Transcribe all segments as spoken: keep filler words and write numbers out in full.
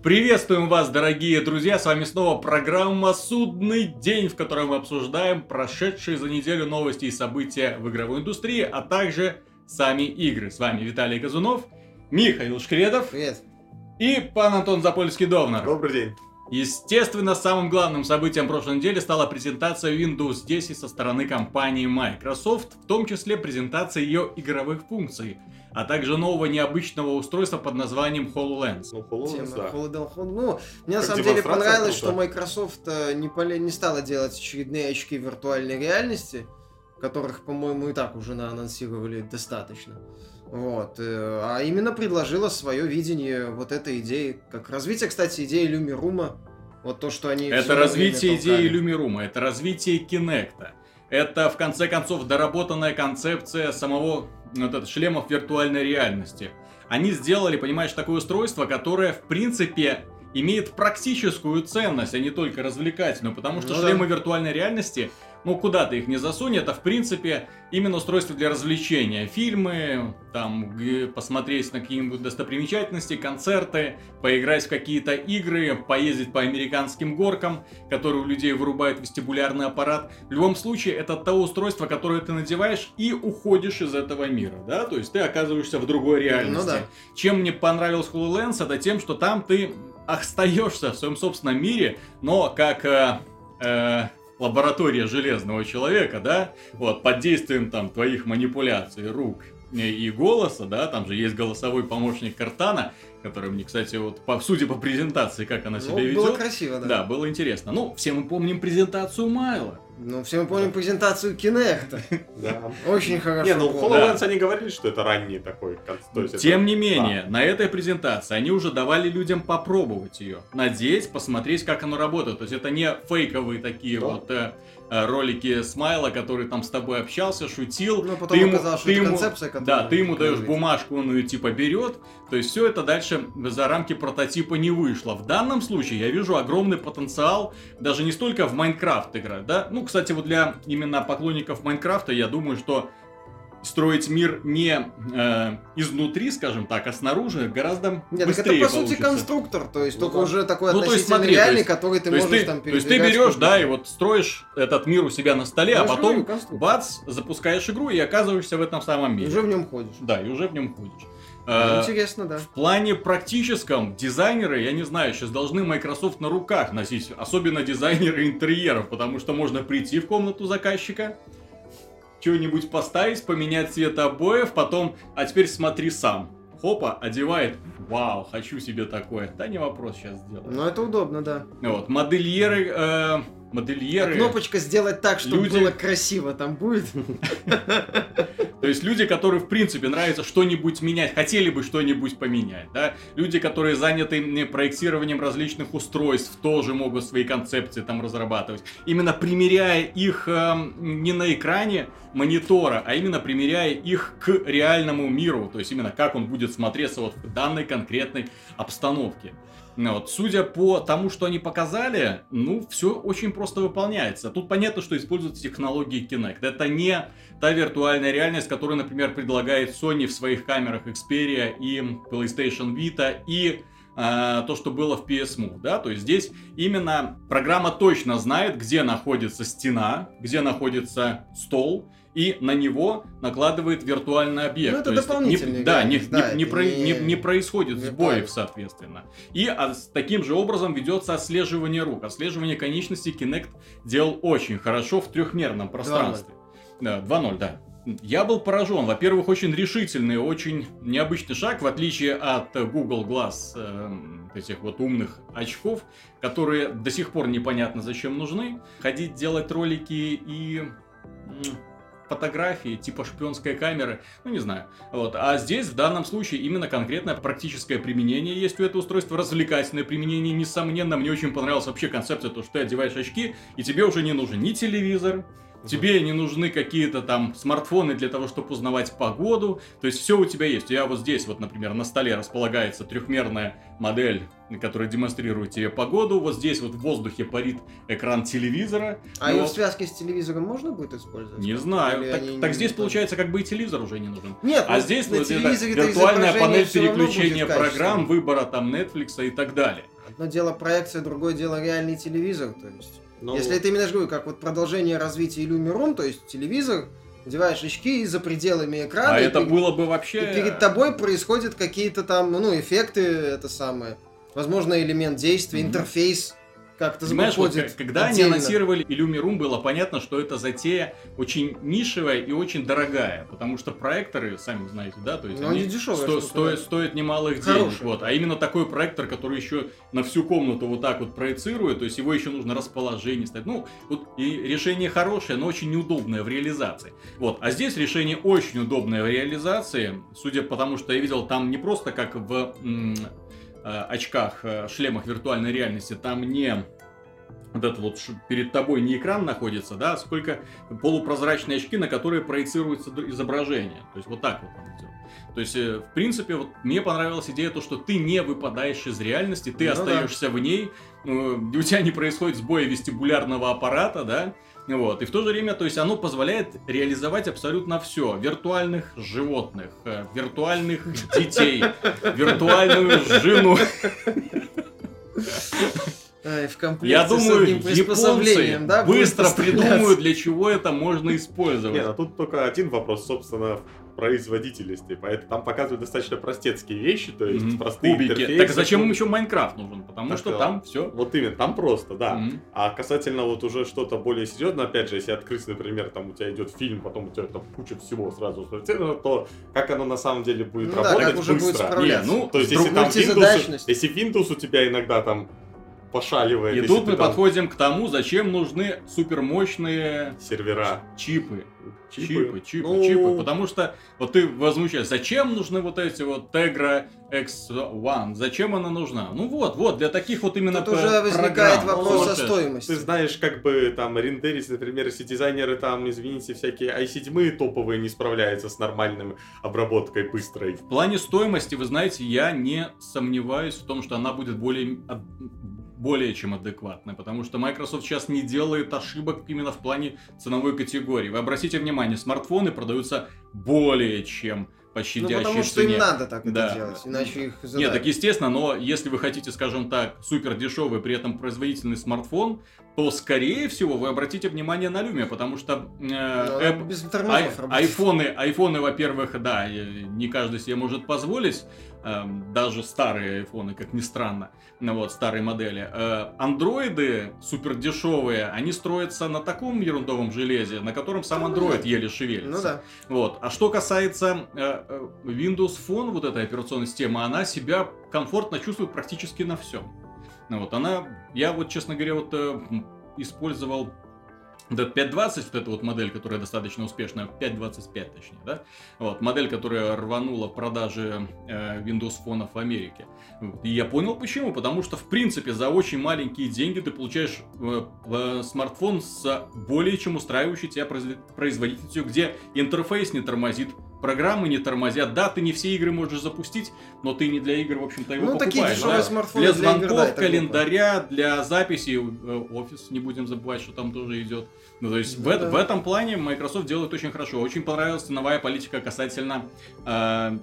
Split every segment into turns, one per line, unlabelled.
Приветствуем вас, дорогие друзья, с вами снова программа «Судный день», в которой мы обсуждаем прошедшие за неделю новости и события в игровой индустрии, а также сами игры. С вами Виталий Казунов, Михаил Шкредов.
Привет.
И пан Антон Запольский-Довнар.
Добрый день.
Естественно, самым главным событием прошлой недели стала презентация Windows десять со стороны компании Microsoft, в том числе презентация ее игровых функций, а также нового необычного устройства под названием HoloLens.
Ну, HoloLens, да.
HoloLens, ну, мне на
Как
самом деле
демонстрация
понравилось,
круто.
что Microsoft э, не, поле- не стала делать очередные очки виртуальной реальности, которых, по-моему, и так уже анонсировали достаточно. Вот. э, А именно предложила свое видение вот этой идеи, как развитие, кстати, идеи Люмирума. Вот то, что они... всё
Это
время
развитие
толкали.
идеи Люмирума, это развитие Кинекта. Это, в конце концов, доработанная концепция самого вот этого, шлемов виртуальной реальности. Они сделали, понимаешь, такое устройство, которое, в принципе, имеет практическую ценность, а не только развлекательную. Потому что
Ну
шлемы
да.
виртуальной реальности, ну куда ты их не засунь, это, в принципе, именно устройство для развлечения. Фильмы, там, г- посмотреть на какие-нибудь достопримечательности, концерты, поиграть в какие-то игры, поездить по американским горкам, которые у людей вырубают вестибулярный аппарат. В любом случае, это то устройство, которое ты надеваешь и уходишь из этого мира, да? То есть ты оказываешься в другой реальности.
Ну да.
Чем мне понравилось HoloLens, это тем, что там ты остаешься в своем собственном мире, но как... э, э, лаборатория железного человека, да, вот, под действием там твоих манипуляций, рук и голоса, да, там же есть голосовой помощник Картана, который мне, кстати, вот, по, судя по презентации, как она себя
Ну,
ведет,
было красиво, да.
да, было интересно. Ну, все мы помним презентацию Майла.
Ну, все мы помним презентацию Кинекта.
Да.
Очень хорошо.
Не, ну
было.
HoloLens они говорили, что это ранний такой. кон- то есть это-
Тем не менее, на этой презентации они уже давали людям попробовать ее, надеть, посмотреть, как оно работает. То есть это не фейковые такие
Да.
вот э, э, ролики Смайла, который там с тобой общался, шутил.
Ну, потом
Ты ему-
оказалось, что
ты
это
ему-
концепция, которую
Да, ты ему даешь
говорит.
бумажку, он ее типа берет. То есть все это дальше за рамки прототипа не вышло. В данном случае я вижу огромный потенциал даже не столько в Майнкрафт играть, да. Ну, кстати, вот для именно поклонников Майнкрафта, я думаю, что строить мир не э, изнутри, скажем так, а снаружи гораздо
Нет, так
быстрее
это по сути
получится.
конструктор, то есть
Ну
только
да.
уже такой
Ну, то есть
относительно
смотри, то
реальный,
есть-
который ты
То есть,
можешь
ты,
там
то есть ты
передвигать
берешь,
сколько-
да, и вот строишь этот мир у себя на столе,
Ну,
а
я же
потом,
говорю, конструктор.
бац, запускаешь игру и оказываешься в этом самом
И
мире.
уже в нем ходишь.
Да, и уже в нем ходишь.
Ну,
Э,
интересно, да.
В плане практическом дизайнеры, я не знаю, сейчас должны Microsoft на руках носить, особенно дизайнеры интерьеров, потому что можно прийти в комнату заказчика, что-нибудь поставить, поменять цвет обоев, потом, а теперь смотри сам. Хопа, одевает, вау, хочу себе такое. Да не вопрос, сейчас сделаю.
Ну, это удобно, да.
Вот, модельеры, э,
А
модельеры,
кнопочка сделать так, чтобы
люди-
было красиво, там будет.
то есть люди, которые в принципе нравится что-нибудь менять, хотели бы что-нибудь поменять, да, люди, которые заняты м, проектированием различных устройств, тоже могут свои концепции там разрабатывать, именно примеряя их эм, не на экране монитора, а именно примеряя их к реальному миру, то есть именно как он будет смотреться вот в данной конкретной обстановке. Ну вот, судя по тому, что они показали, ну, все очень просто выполняется. Тут понятно, что используются технологии Kinect. Это не та виртуальная реальность, которую, например, предлагает Sony в своих камерах Xperia и PlayStation Vita, и э, то, что было в пи эс Move, да, то есть здесь именно программа точно знает, где находится стена, где находится стол, и на него накладывает виртуальный объект.
Ну, это
То есть
дополнительный
не, да, не,
реальность, да,
не- не
это
про-
не
не- не происходит
виртуально.
сбоев, соответственно. И а, с таким же образом ведется отслеживание рук. Отслеживание конечностей Kinect делал очень хорошо в трехмерном пространстве. Да, два ноль, да. Я был поражен. Во-первых, очень решительный, очень необычный шаг, в отличие от Google Glass, эм, этих вот умных очков, которые до сих пор непонятно зачем нужны. Ходить, делать ролики и... м, фотографии, типа шпионской камеры, ну не знаю. Вот. А здесь в данном случае именно конкретное практическое применение есть у этого устройства, развлекательное применение, несомненно. Мне очень понравилась вообще концепция, то, что ты одеваешь очки, и тебе уже не нужен ни телевизор, тебе не нужны какие-то там смартфоны для того, чтобы узнавать погоду. То есть все у тебя есть. У тебя вот здесь вот, например, на столе располагается трехмерная модель, которая демонстрирует тебе погоду. Вот здесь вот в воздухе парит экран телевизора.
А
И
ее в
вот-
связке с телевизором можно будет использовать?
Не знаю.
Или
Так,
они
так
не-
здесь получается, как бы и телевизор уже не нужен.
Нет,
А
ну,
здесь
на
вот это
телевизоре-то
виртуальная
изображение
панель
всё равно будет
переключения программ,
качественным.
выбора там Netflix и так далее.
Одно дело проекция, другое дело реальный телевизор, то есть...
Ну,
Если это именно, говорю, как вот продолжение развития Illumi-Room, то есть телевизор, надеваешь очки и за пределами экрана...
А
и
это
перед...
было бы вообще...
И перед тобой происходят какие-то там, ну, эффекты, это самое... Возможно, элемент действия, mm-hmm. интерфейс как-то
Понимаешь, вот,
заходит
когда
отдельно.
они анонсировали Illumi-Room, было понятно, что это затея очень нишевая и очень дорогая, потому что проекторы, сами знаете, да, то есть
ну,
они,
они дешевые,
сто,
штука,
стоят,
да.
стоят немалых
Хорошие.
денег, вот. А именно такой проектор, который еще на всю комнату вот так вот проецирует, то есть его еще нужно расположение ставить. Ну, вот и решение хорошее, но очень неудобное в реализации. Вот. А здесь решение очень удобное в реализации, судя по тому, что я видел, там не просто как в м- очках, шлемах виртуальной реальности, там не вот это вот перед тобой не экран находится, да, сколько полупрозрачные очки, на которые проецируется изображение. То есть вот так вот он идет. То есть, в принципе, вот мне понравилась идея то, что ты не выпадаешь из реальности, ты ну, остаешься да. в ней, у тебя не происходит сбоя вестибулярного аппарата, да, вот, и в то же время, то есть, оно позволяет реализовать абсолютно все. Виртуальных животных, виртуальных детей, виртуальную жену.
А, в
Я думаю, японцы
да,
быстро придумают, для чего это можно использовать.
Нет, а тут только один вопрос, собственно, производительности. Поэтому там показывают достаточно простецкие вещи, то есть mm-hmm. простые
кубики.
интерфейсы.
Так зачем им еще Майнкрафт нужен? Потому
так,
что
да.
там все.
Вот именно, там просто, да.
Mm-hmm.
А касательно вот уже что-то более серьезное, опять же, если открыть, например, там у тебя идет фильм, потом у тебя там куча всего сразу спроецировано, то как оно на самом деле будет
ну,
работать
да, как уже
быстро.
Будет
Не, ну,
то есть, если там Windows, если Windows у тебя иногда там пошаливает.
И тут мы там... подходим к тому, зачем нужны супермощные
сервера.
Чипы.
Чипы,
чипы, чипы,
ну...
чипы. Потому что вот ты возмущаешься, зачем нужны вот эти вот Tegra икс один? Зачем она нужна? Ну вот, вот, для таких вот именно
тут уже возникает
программ.
вопрос
ну,
о стоимости.
Ты знаешь, как бы там рендерить, например, если дизайнеры там, извините, всякие ай семь топовые не справляются с нормальной обработкой быстрой.
В плане стоимости, вы знаете, я не сомневаюсь в том, что она будет более... более чем адекватная, потому что Microsoft сейчас не делает ошибок именно в плане ценовой категории. Вы обратите внимание, смартфоны продаются более чем по щадящей
ну, потому что
цене.
Им надо так
да.
это делать, иначе их задают.
Нет, так естественно, но если вы хотите, скажем так, супер дешевый, при этом производительный смартфон, то, скорее всего, вы обратите внимание на Lumia, потому что э, App,
без ай,
айфоны, айфоны, во-первых, да, не каждый себе может позволить, э, даже старые айфоны, как ни странно, ну, вот, старые модели. Э, андроиды супер дешевые, они строятся на таком ерундовом железе, на котором сам Android еле шевелится.
Ну да.
Вот. А что касается э, Windows Phone, вот этой операционной системы, она себя комфортно чувствует практически на всем. Вот она, я вот, честно говоря, вот э, использовал вот пять двадцать, вот эта вот модель, которая достаточно успешная, пять двадцать пять точнее, да? Вот, модель, которая рванула в продаже э, Windows Phone в Америке. И я понял почему, потому что, в принципе, за очень маленькие деньги ты получаешь э, э, смартфон с более чем устраивающей тебя производительностью, где интерфейс не тормозит, программы не тормозят. Да, ты не все игры можешь запустить, но ты не для игр, в общем-то, его
ну,
покупаешь.
Такие
да?
смартфоны
Для
для
звонков,
игр, да,
календаря, для записи, офис, не будем забывать, что там тоже идет. Ну, то есть,
да,
в,
да.
в этом плане Microsoft делает очень хорошо. Очень понравилась ценовая политика касательно э,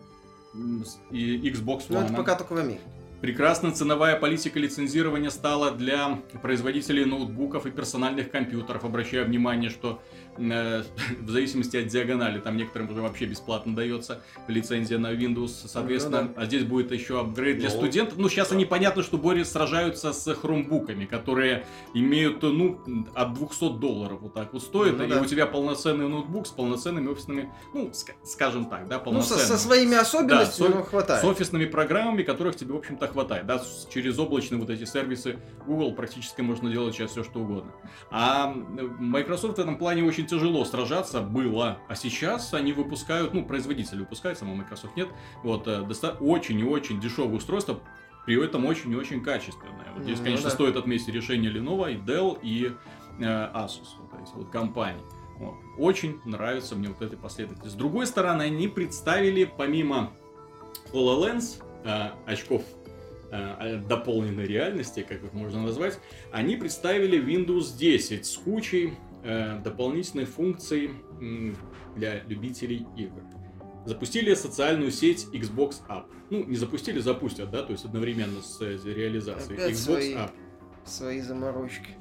и Xbox One.
Ну, это пока только в Америке.
Прекрасная ценовая политика лицензирования стала для производителей ноутбуков и персональных компьютеров. Обращаю внимание, что э, в зависимости от диагонали, там некоторым уже вообще бесплатно дается лицензия на Windows, соответственно,
ну, да.
а здесь будет еще апгрейд для
ну,
студентов. Ну, сейчас да. они, понятно, что борются, сражаются с хромбуками, которые имеют, ну, от двухсот долларов вот так вот стоят,
ну,
и
да.
у тебя полноценный ноутбук с полноценными офисными, ну, скажем так, да, полноценными.
Ну, со, со своими особенностями,
да,
но хватает.
С офисными программами, которых тебе, в общем-то, хватает. Да, через облачные вот эти сервисы Google практически можно делать сейчас все, что угодно. А Microsoft в этом плане очень тяжело сражаться было. А сейчас они выпускают, ну, производители выпускают, сама Microsoft нет, вот, доста- очень и очень дешевое устройство, при этом очень и очень качественное. Вот здесь,
ну,
конечно,
да.
стоит отметить решение Lenovo, и Dell, и э, Asus, вот, то есть, вот, компаний. Вот. Очень нравится мне вот эта последовательность. С другой стороны, они представили, помимо HoloLens, э, очков дополненной реальности, как их можно назвать, они представили Windows десять с кучей э, дополнительных функций м, для любителей игр. запустили социальную сеть Xbox App. Ну, не запустили, запустят, да, то есть одновременно с реализацией.
Опять
Xbox
свои,
App.
Свои заморочки.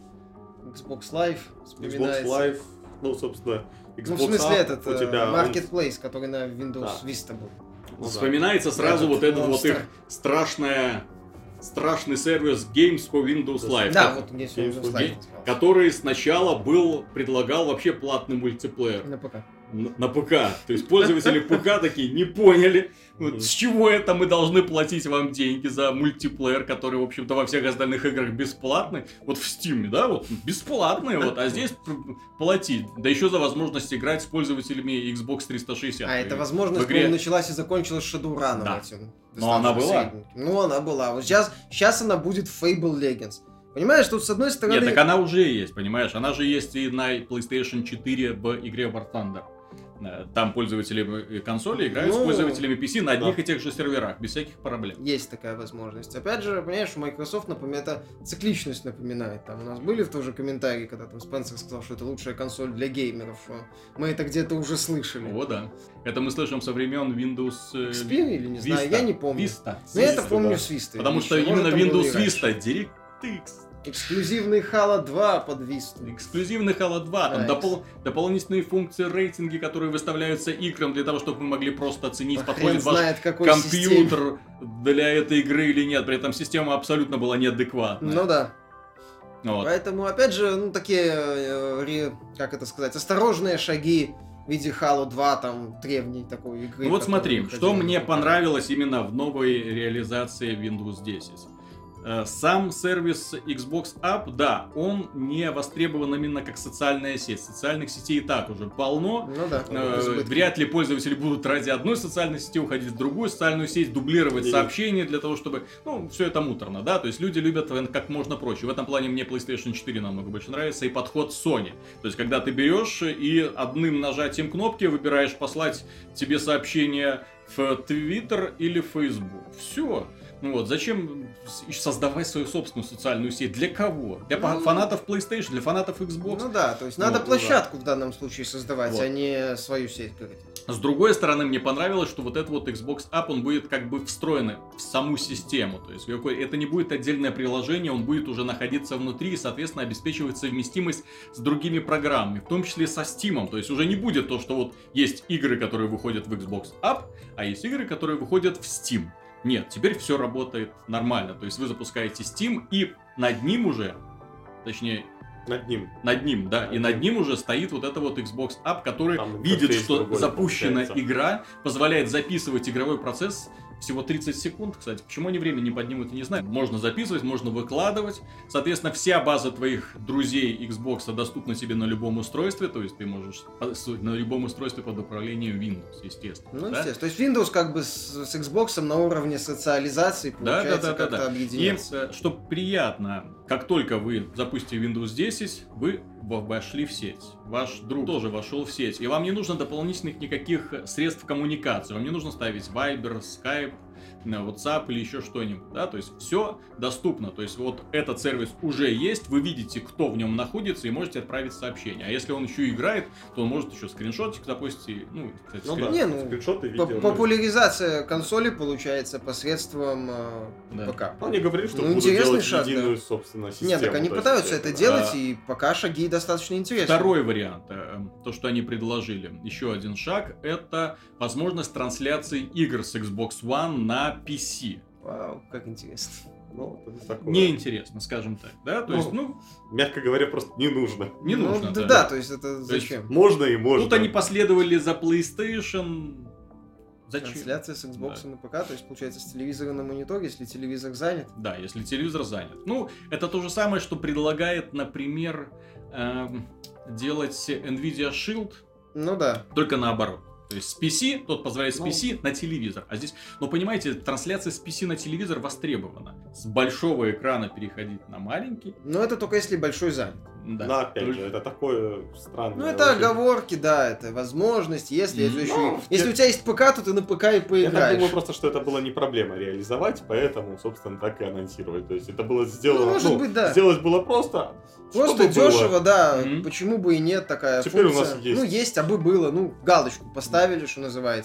Xbox Live
Xbox
вспоминается.
Live, ну, собственно, Xbox
Ну, в смысле,
App
этот
у тебя... он-
Marketplace, который на Windows
Да.
Vista был.
Ну да.
Вспоминается сразу
Этот
вот этот вот
монстр.
их страшная, страшный сервис Games for Windows Live.
Да,
ко-
вот Games
Games
for
for
Windows Live
Game-
назывался.
который сначала был, предлагал вообще платный мультиплеер.
На ПК.
На, на ПК. То есть пользователи ПК такие не поняли, вот
Мгм.
с чего это мы должны платить вам деньги за мультиплеер, который, в общем-то, во всех остальных играх бесплатный. Вот в Steam, да, вот бесплатный, вот, а здесь п- платить. Да еще за возможность играть с пользователями Xbox триста шестьдесят.
А
И
эта
в
возможность,
игре-
по-моему, началась и закончилась Shadowrun'ом
Да.
этим.
Но она была.
Средненьким. Ну, она была. Вот сейчас, сейчас она будет Fable Legends. Понимаешь, тут с одной стороны...
Нет, так она уже есть, понимаешь? Она же есть и на PlayStation четыре в игре War Thunder. Э, Там пользователи консоли играют
Ну,
с пользователями пи си на одних
да.
и тех же серверах, без всяких проблем.
Есть такая возможность. Опять же, понимаешь, у Microsoft, например, это цикличность напоминает. Там у нас были тоже комментарии, когда там Спенсер сказал, что это лучшая консоль для геймеров. Мы это где-то уже слышали.
О, да. Это мы слышим со времен Windows э,
X P или не знаю,
Vista.
я не помню.
Vista.
Но я это
Vista,
помню
да.
с Vista.
Потому что
еще.
именно
Может, там было
Windows
и раньше.
Vista, DirectX,
Эксклюзивный Halo два под Vista.
эксклюзивный Halo два, там
Да,
допол- дополнительные функции рейтинги, которые выставляются играм для того, чтобы мы могли просто оценить,
А хрен
подходит ваш
знает, какой системе.
компьютер для этой игры или нет. При этом система абсолютно была неадекватная.
Ну да.
Вот.
Поэтому, опять же, ну, такие, э, ре- как это сказать, осторожные шаги в виде Halo два, там, древней такой игры.
Ну вот
которая
смотри,
выходила
что
на
мне
ПК.
понравилось именно в новой реализации Windows десять. Э, Сам сервис Xbox App, да, он не востребован именно как социальная сеть. Социальных сетей и так уже полно.
Ну да.
Э,
избытки.
Вряд ли пользователи будут ради одной социальной сети уходить в другую социальную сеть, дублировать
Или-
сообщения для того, чтобы... Ну, все это муторно, да, то есть люди любят э, как можно проще. В этом плане мне PlayStation четыре намного больше нравится и подход Sony. То есть, когда ты берешь и одним нажатием кнопки выбираешь послать тебе сообщение в Twitter или в Facebook. Все. Ну вот, зачем с- создавать свою собственную социальную сеть? Для кого? Для па-
Ну,
фанатов PlayStation, для фанатов Xbox?
Ну да, то есть
Ну,
надо
ну
площадку в данном случае создавать,
Вот.
а не свою сеть говорить.
С другой стороны, мне понравилось, что вот этот вот Xbox App, он будет как бы встроен в саму систему. То есть какой- это не будет отдельное приложение, он будет уже находиться внутри и, соответственно, обеспечивать совместимость с другими программами, в том числе со Steam. То есть уже не будет то, что вот есть игры, которые выходят в Xbox App, а есть игры, которые выходят в Steam. Нет, теперь все работает нормально. То есть вы запускаете Steam, и над ним уже, точнее,
Над ним.
над ним, да,
Над
и
ним.
над ним уже стоит вот это вот Xbox App, который
Там
видит,
интерфейс
что
другой
запущена
получается.
игра, позволяет записывать игровой процесс всего тридцать секунд, кстати. Почему они время не поднимут, я не знаю. Можно записывать, можно выкладывать. Соответственно, вся база твоих друзей Xbox доступна тебе на любом устройстве, то есть ты можешь по- с- на любом устройстве под управлением Windows, естественно.
Ну,
да?
естественно. То есть Windows как бы с, с Xbox на уровне социализации
Да, да,
получается
да, да,
как-то
да. И
объединяться.
э, что приятно, как только вы запустите Windows десять, вы в- вошли в сеть. Ваш друг тоже вошел в сеть. И вам не нужно дополнительных никаких средств коммуникации. Вам не нужно ставить Viber, Skype, на WhatsApp или еще что-нибудь. Да? То есть все доступно. То есть вот этот сервис уже есть, вы видите, кто в нем находится, и можете отправить сообщение. А если он еще играет, то он может еще скриншотик запустить. Ну, кстати,
Ну
скрин-
да,
Не, ну,
скриншоты,
По-
видео.
Популяризация консоли получается посредством э,
Да.
ПК.
Ну, они говорили, что
Ну,
будут
интересный
делать
шаг,
единую, собственно, систему.
Нет, так они
то есть
пытаются это
это-
делать,
А,
и пока шаги достаточно интересные.
Второй вариант, э, то, что они предложили, еще один шаг, это возможность трансляции игр с Xbox One на пи си.
Вау, как интересно.
Ну, это такое.
Неинтересно, скажем так, да? То
Ну,
есть, ну,
Мягко говоря, просто не нужно.
не
Ну,
нужно,
да,
да.
да, то есть это
есть
зачем?
Можно и можно.
Тут они последовали за PlayStation. Зачем?
Трансляция с Xbox на ПК, то есть получается с телевизора на монитор, если телевизор занят.
Да, если телевизор занят. Ну, это то же самое, что предлагает, например, эм, делать Nvidia Shield,
Ну да.
только наоборот. То есть с пи си, тот позволяет с
Ну.
пи си на телевизор. А здесь, ну понимаете, трансляция с пи си на телевизор востребована. С большого экрана переходить на маленький.
Но это только если большой занят.
Да.
Да, опять
Только-
же, это такое странное.
Ну это
очень.
оговорки, да, это возможность, если,
Ну,
это еще и-
в
если
те-
у тебя есть ПК, то ты на ПК и
Я так
поиграешь.
думаю просто, что это было не проблема реализовать, поэтому, собственно, так и анонсировать. То есть это было сделано...
Ну, может быть, да.
Сделать было просто.
Просто
чтобы было.
дешево, да,
Мгм.
почему бы и нет такая
Теперь у
функция.
нас есть.
Ну есть, а бы было, ну галочку поставили, что называется.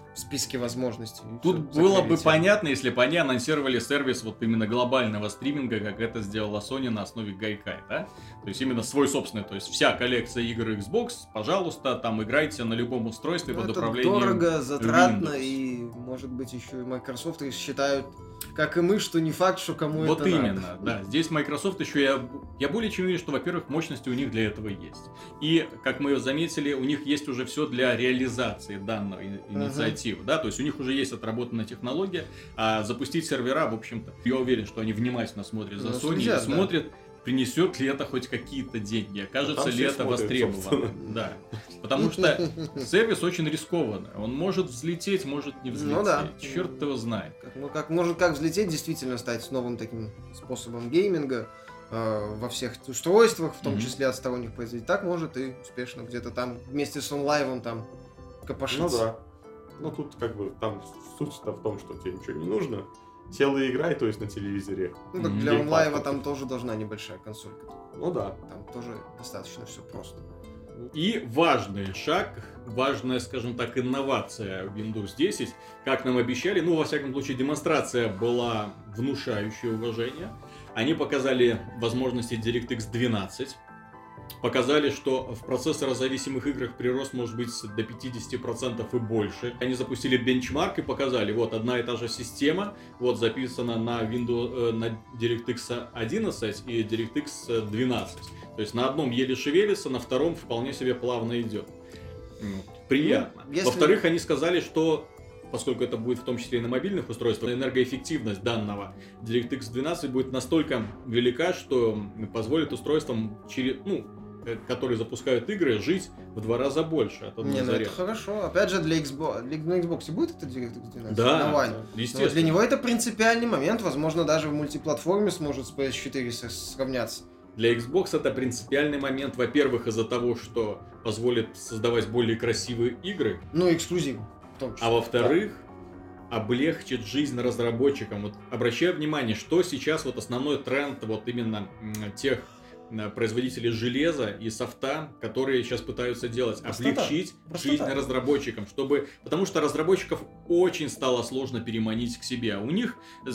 в списке возможностей.
Тут
Всё,
было
закрыли
бы
тему.
понятно, если бы они анонсировали сервис вот именно глобального стриминга, как это сделала Sony на основе Gaikai, да? То есть именно свой собственный, то есть вся коллекция игр Xbox, пожалуйста, там играйте на любом устройстве
Ну,
под
это
управлением
дорого, затратно,
Windows.
и, может быть, еще и Microsoft считают, как и мы, что не факт, что кому
Вот
это
именно,
надо.
да. Здесь Microsoft еще, я, я более чем уверен, что, во-первых, мощности у них для этого есть. И, как мы заметили, у них есть уже все для реализации данной и- инициативы, да, то есть у них уже есть отработанная технология, а запустить сервера, в общем-то, я уверен, что они внимательно смотрят за
Ну,
Sony
следят,
и
да.
смотрят, принесет ли это хоть какие-то деньги, окажется
там
ли
все
это
смотрят,
востребовано.
собственно.
Да. Потому что сервис очень рискованный. Он может взлететь, может не взлететь.
Ну да.
Черт его знает.
Как, ну, как, может, как взлететь, действительно стать новым таким способом гейминга э, во всех устройствах, в том
Мгм.
числе от сторонних производителей. Так может и успешно где-то там вместе с онлайвом там копошиться.
Ну да. Ну тут как бы там суть-то в том, что тебе ничего не нужно. Сел и играй, то есть на телевизоре.
Ну, так
Мгм.
для
Геймпад
онлайва
такой.
там тоже должна небольшая консолька.
Ну да.
Там тоже достаточно все просто.
И важный шаг, важная, скажем так, инновация в Windows десять, как нам обещали, ну, во всяком случае, демонстрация была внушающая уважение. Они показали возможности DirectX двенадцать, показали, что в процессорозависимых играх прирост может быть до пятьдесят процентов и больше. Они запустили бенчмарк и показали, вот одна и та же система, вот записана на Windows, э, на DirectX одиннадцать и DirectX двенадцать. То есть на одном еле шевелится, на втором вполне себе плавно идет. М, Приятно.
Ну, если-
Во-вторых, они сказали, что поскольку это будет в том числе и на мобильных устройствах, энергоэффективность данного DirectX двенадцать будет настолько велика, что позволит устройствам, через, ну, э, которые запускают игры, жить в два раза больше от одной
Не, ну
зарядки.
это хорошо. Опять же, для Xbox, для- на Xbox будет это DirectX двенадцать?
Да,
На One. Но
естественно.
для него это принципиальный момент. Возможно, даже в мультиплатформе сможет с пи эс четыре с- сравняться.
Для Xbox это принципиальный момент, во-первых, из-за того, что позволит создавать более красивые игры,
Ну, эксклюзив в том числе.
а во-вторых, облегчит жизнь разработчикам. Вот обращаю внимание, что сейчас вот основной тренд вот именно м, тех э, производителей железа и софта, которые сейчас пытаются делать,
Простота.
облегчить
Простота.
жизнь разработчикам, чтобы, потому что разработчиков очень стало сложно переманить к себе. У них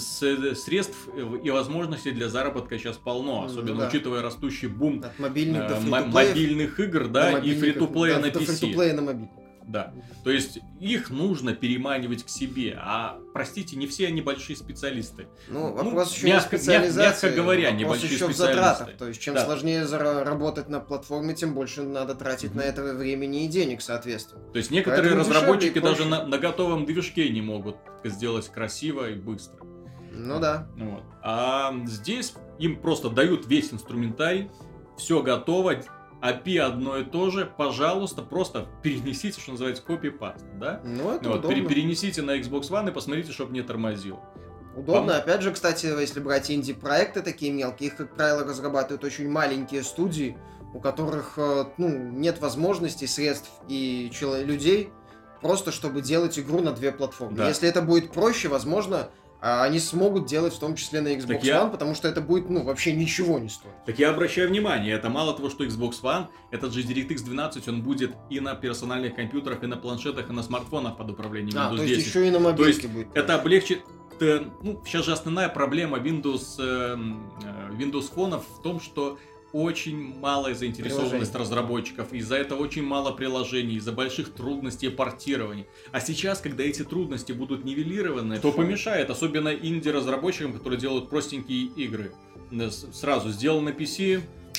с- средств и возможностей для заработка сейчас полно,
Ну
особенно
да.
учитывая растущий бум
От мобильных до
э, м-
фри-то-плеев,
мобильных игр,
до
да, и
мобильников,
фри-то-плея
да,
на
до
пи си.
фри-то-плея на мобильник.
Да. То есть их нужно переманивать к себе. А, простите, не все они большие специалисты.
Ну,
Ну,
вопрос еще
мягко-
не в специализации,
мягко говоря,
вопрос
небольшие
еще в
специалисты.
затратах. То есть, чем
Да.
сложнее зара- работать на платформе, тем больше надо тратить
Мгм.
на это времени и денег, соответственно.
То есть некоторые
Поэтому
разработчики
дешевле и
даже
проще.
на, на готовом движке не могут сделать красиво и быстро.
Ну да.
Вот. А здесь им просто дают весь инструментарий, все готово, эй пи ай одно и то же, пожалуйста, просто перенесите, что называется, копи-паст, да?
Ну, это
Вот, пере-
удобно.
перенесите на Xbox One и посмотрите, чтобы не тормозил.
Удобно.
Пом-
Опять же, кстати, если брать инди-проекты такие мелкие, их, как правило, разрабатывают очень маленькие студии, у которых э, ну, нет возможностей, средств и чело- людей, просто чтобы делать игру на две платформы.
Да.
Если это будет проще, возможно, а, они смогут делать в том числе на Xbox
Так я-
One, потому что это будет ну, вообще ничего не стоить.
Так я обращаю внимание, это мало того, что Xbox One, этот же DirectX двенадцать, он будет и на персональных компьютерах, и на планшетах, и на смартфонах под управлением
А,
Windows
то есть
десять.
еще и на
То
мобильке
есть
будет.
это облегчит... э, Ну, сейчас же основная проблема Windows, э, э, Windows фонов в том, что очень малая заинтересованность
Приложений.
разработчиков, из-за этого очень мало приложений, из-за больших трудностей портирования. А сейчас, когда эти трудности будут нивелированы, то помешает, особенно инди-разработчикам, которые делают простенькие игры. Э, с- Сразу сделал на пи си,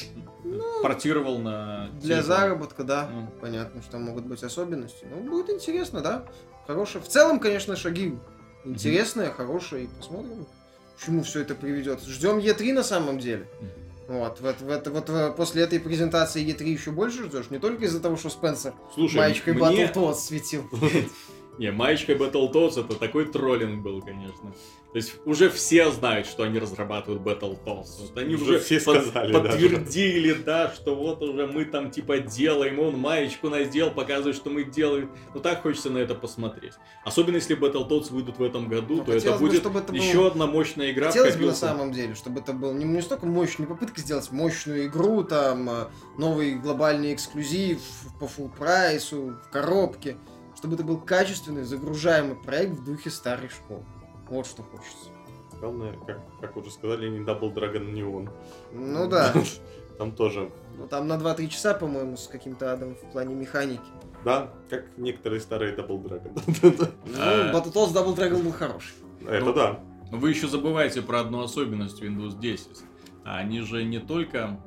портировал на
Для
телефон.
заработка, да.
Ну.
Понятно, что могут быть особенности. Ну, будет интересно, да. Хорошие. В целом, конечно, шаги интересные, хорошие. И посмотрим, к чему все это приведет. Ждем и три на самом деле. Вот, вот, вот, вот э, после этой презентации и три еще больше ждешь, не только из-за того, что Спенсер
Слушай,
маечкой
мне...
Battletoads светил.
Не, маечка Battletoads это такой троллинг был, конечно. То есть уже все знают, что они разрабатывают Battletoads. Вот они
Уже
уже
все
под-
сказали
подтвердили, да, что вот уже мы там типа делаем, он маечку надел, показывает, что мы делаем. Ну так хочется на это посмотреть. Особенно если Battletoads выйдут в этом году,
Ну,
то это
хотелось бы,
будет
чтобы это был-
еще одна мощная игра в
Хотелось бы на
копилку.
самом деле, чтобы это был не, не столько мощная, не попытка сделать мощную игру, там, э, новый глобальный эксклюзив по full прайсу, в коробке, чтобы это был качественный, загружаемый проект в духе старой школы. Вот что хочется.
Главное, как, как уже сказали, не Double Dragon Neon.
Ну да.
Там тоже.
Ну там на два-три часа, по-моему, с каким-то адом в плане механики.
Да, как некоторые старые Double Dragon.
Ну, Battletoads Double Dragon был хороший.
Это да.
Вы еще забываете про одну особенность Windows десять. Они же не только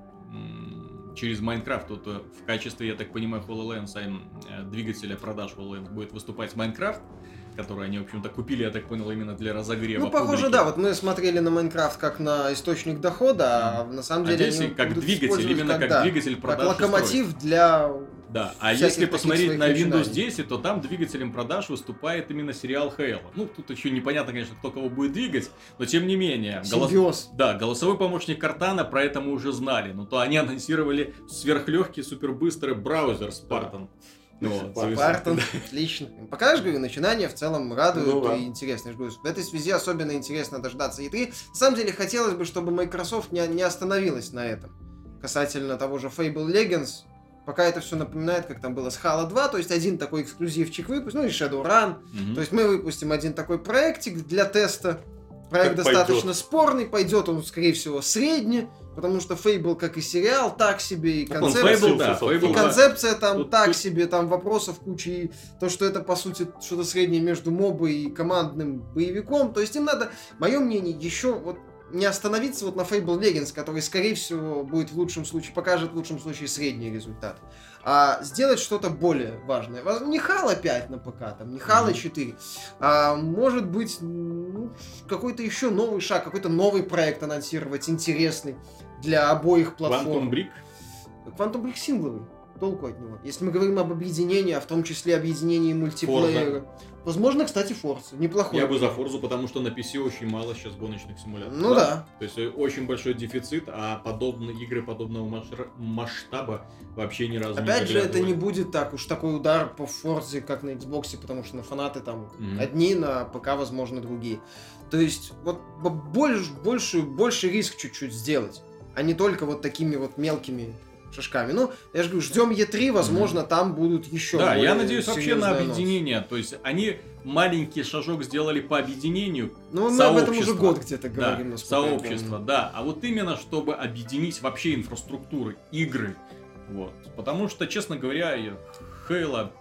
м, через Minecraft, тут в качестве, я так понимаю, HoloLens, а двигателя продаж HoloLens будет выступать Minecraft, который они, в общем-то, купили, я так понял, именно для разогрева.
Ну, похоже,
публики.
да. Вот мы смотрели на Майнкрафт как на источник дохода, а на самом деле
а здесь
они
как
будут
двигатель, именно
как,
как
да,
двигатель продаж.
Как локомотив для...
Да, а
всяких
если
таких
посмотреть
своих
на Windows
начинаний.
десять, то там двигателем продаж выступает именно сериал Halo. Ну, тут еще непонятно, конечно, кто кого будет двигать, но тем не менее. голос-
Симбиоз.
Да, голосовой помощник Кортана, про это мы уже знали. Но то они анонсировали сверхлегкий, супербыстрый браузер Spartan. Ну, вот,
Spartan, отлично. Пока, я же говорю, начинание в целом радует
Ну да.
и интересно. Я же говорю, в этой связи особенно интересно дождаться и три. На самом деле, хотелось бы, чтобы Microsoft не, не остановилась на этом. Касательно того же Fable Legends. Пока это все напоминает, как там было с Halo два, то есть один такой эксклюзивчик выпуск, ну и Shadowrun.
Мгм.
То есть мы выпустим один такой проектик для теста. Проект
Как
достаточно
пойдет.
спорный, пойдет он, скорее всего, средний, потому что Fable, как и сериал, так себе, и
Так он
концепция,
Fable, да,
собственно.
Fable,
и
да.
концепция там
Тут-
так
тут-
себе, там вопросов куча, и то, что это, по сути, что-то среднее между мобой и командным боевиком. То есть им надо, мое мнение, еще вот не остановиться вот на Fable Legends, который, скорее всего, будет в лучшем случае, покажет в лучшем случае средний результат, а сделать что-то более важное. Воз- Не Halo пять на ПК, там, не Halo
Мгм.
четыре, а может быть, ну, какой-то еще новый шаг, какой-то новый проект анонсировать, интересный для обоих платформ.
Quantum Brick.
Quantum Break сингловый. Толку от него. Если мы говорим об объединении, а в том числе объединении мультиплеера. Возможно, кстати, Forza. Неплохой.
Я бы за Форзу, потому что на пи си очень мало сейчас гоночных симуляторов.
Ну да.
То есть э, очень большой дефицит, а подобные игры подобного масштра- масштаба вообще ни разу
Опять
не
же, это не
заглядывали.
будет так уж такой удар по Forza, как на Xbox, потому что на фанаты там
Мгм.
одни, на ПК, возможно, другие. То есть, вот б- больше, больше, больше риск чуть-чуть сделать, а не только вот такими вот мелкими шажками. Ну, я же говорю, ждем и три, возможно, там будут еще
Да, я
более
надеюсь вообще на
серьезные анонсы.
объединение. То есть они маленький шажок сделали по объединению.
Ну, мы об этом уже
сообщества.
год где-то
Да,
говорим, насколько я
сообщество,
помню.
да. А вот именно, чтобы объединить вообще инфраструктуры, игры. Вот. Потому что, честно говоря, я- Halo,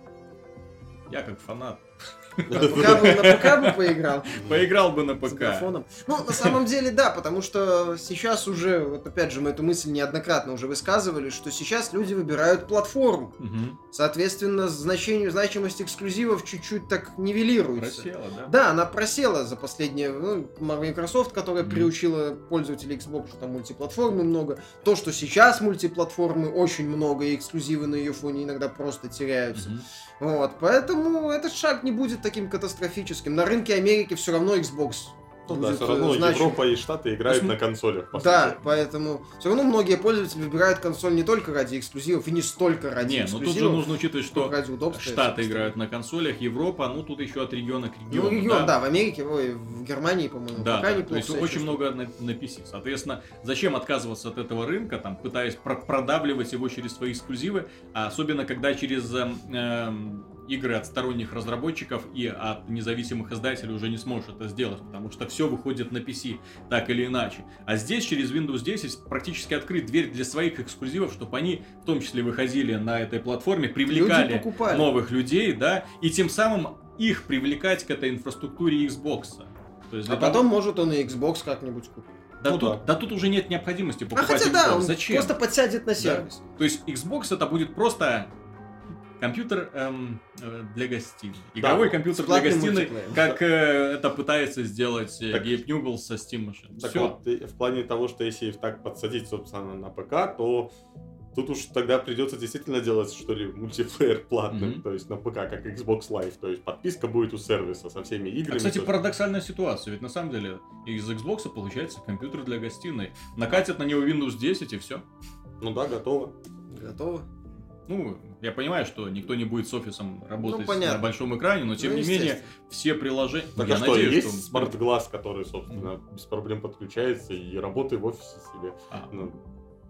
я как фанат,
На ПК бы, на ПК бы поиграл.
поиграл бы на
С
ПК.
графоном. Ну, на самом деле, да, потому что сейчас уже, вот опять же, мы эту мысль неоднократно уже высказывали, что сейчас люди выбирают платформу.
Мгм.
Соответственно, значение, значимость эксклюзивов чуть-чуть так нивелируется.
Просела, да?
Да, она просела за последнее, ну, Microsoft, которая
Мгм.
приучила пользователей Xbox, что там мультиплатформы много. То, что сейчас мультиплатформы очень много, и эксклюзивы на ее фоне иногда просто теряются.
Мгм.
Вот, поэтому этот шаг не будет таким катастрофическим. На рынке Америки все равно Xbox
Ну да,
будет,
все равно
э, значим.
Европа и Штаты играют
Посм-
на консолях. по
Да,
сути.
поэтому все равно многие пользователи выбирают консоль не только ради эксклюзивов, и не столько ради
Не, ну тут же
эксклюзивов,
нужно учитывать, что
сколько ради удобства. и
Штаты
всего
играют на консолях, Европа, ну тут еще от региона к
остального.
региону.
Ну, регион, да. в Америке, ой, в Германии, по-моему,
Да,
пока
да,
неплохо
то есть
себя
очень
чувствует.
много на, на пи си. Соответственно, зачем отказываться от этого рынка, там, пытаясь про- продавливать его через свои эксклюзивы, а особенно когда через эм, эм, игры от сторонних разработчиков и от независимых издателей уже не сможешь это сделать, потому что все выходит на пи си, так или иначе. А здесь через Windows десять практически открыть дверь для своих эксклюзивов, чтобы они в том числе выходили на этой платформе, привлекали
покупали.
новых людей, да, и тем самым их привлекать к этой инфраструктуре Xbox. То есть
А
для того-
потом, может, он и Xbox как-нибудь купит.
да,
Ну
тут,
да.
да тут уже нет необходимости
А
покупать
хотя да,
Xbox.
он
Зачем?
просто подсядет на сервис.
То есть Xbox это будет просто компьютер эм, э, для гостиной. Игровой
Да,
компьютер
с
для
платным
гостиной,
мультиплеером.
как э, это пытается сделать э,
Так-
Гейб Ньюэлл со Steam Machine.
Так
Все.
вот, и в плане того, что если так подсадить, собственно, на ПК, то тут уж тогда придется действительно делать, что ли, мультиплеер платным,
Мгм.
то есть на ПК, как Xbox Live, то есть подписка будет у сервиса со всеми играми.
А, кстати,
то-
парадоксальная ситуация, ведь на самом деле из Xbox получается компьютер для гостиной. Накатят на него Windows десять и все.
Ну да, готово.
Готово.
Ну, я понимаю, что никто не будет с офисом работать на
понятно.
большом экране, но тем
Ну,
не менее
естественно.
все приложения.
Так
я
а что,
надеюсь,
есть
что
смарт-глаз, который, собственно, без проблем подключается и работает в офисе себе.
А,
Ну,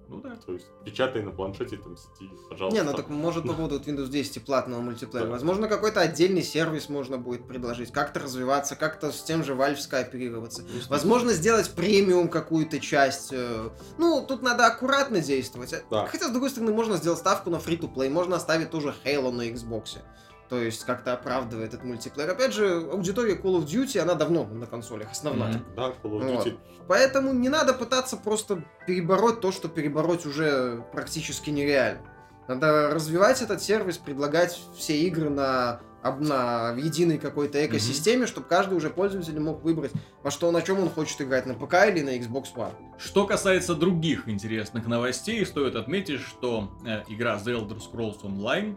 Ну да.
То есть печатай на планшете, там сети, пожалуйста.
Не, ну так может по поводу Windows десять платного мультиплеера.
Да.
Возможно, какой-то отдельный сервис можно будет предложить, как-то развиваться, как-то с тем же Valve скооперироваться. Возможно, сделать премиум какую-то часть. э, Ну, тут надо аккуратно действовать.
Да.
Хотя, с другой стороны, можно сделать ставку на фри-то-плей, можно оставить тоже Halo на Xbox. То есть как-то оправдывает этот мультиплеер. Опять же, аудитория Call of Duty, она давно на консолях, основная.
Мгм.
Да, Call of
Вот.
Duty.
Поэтому не надо пытаться просто перебороть то, что перебороть уже практически нереально. Надо развивать этот сервис, предлагать все игры на, об- на единой какой-то экосистеме, чтобы каждый уже пользователь мог выбрать, во что, на чем он хочет играть, на ПК или на Xbox One.
Что касается других интересных новостей, стоит отметить, что э, игра The Elder Scrolls Online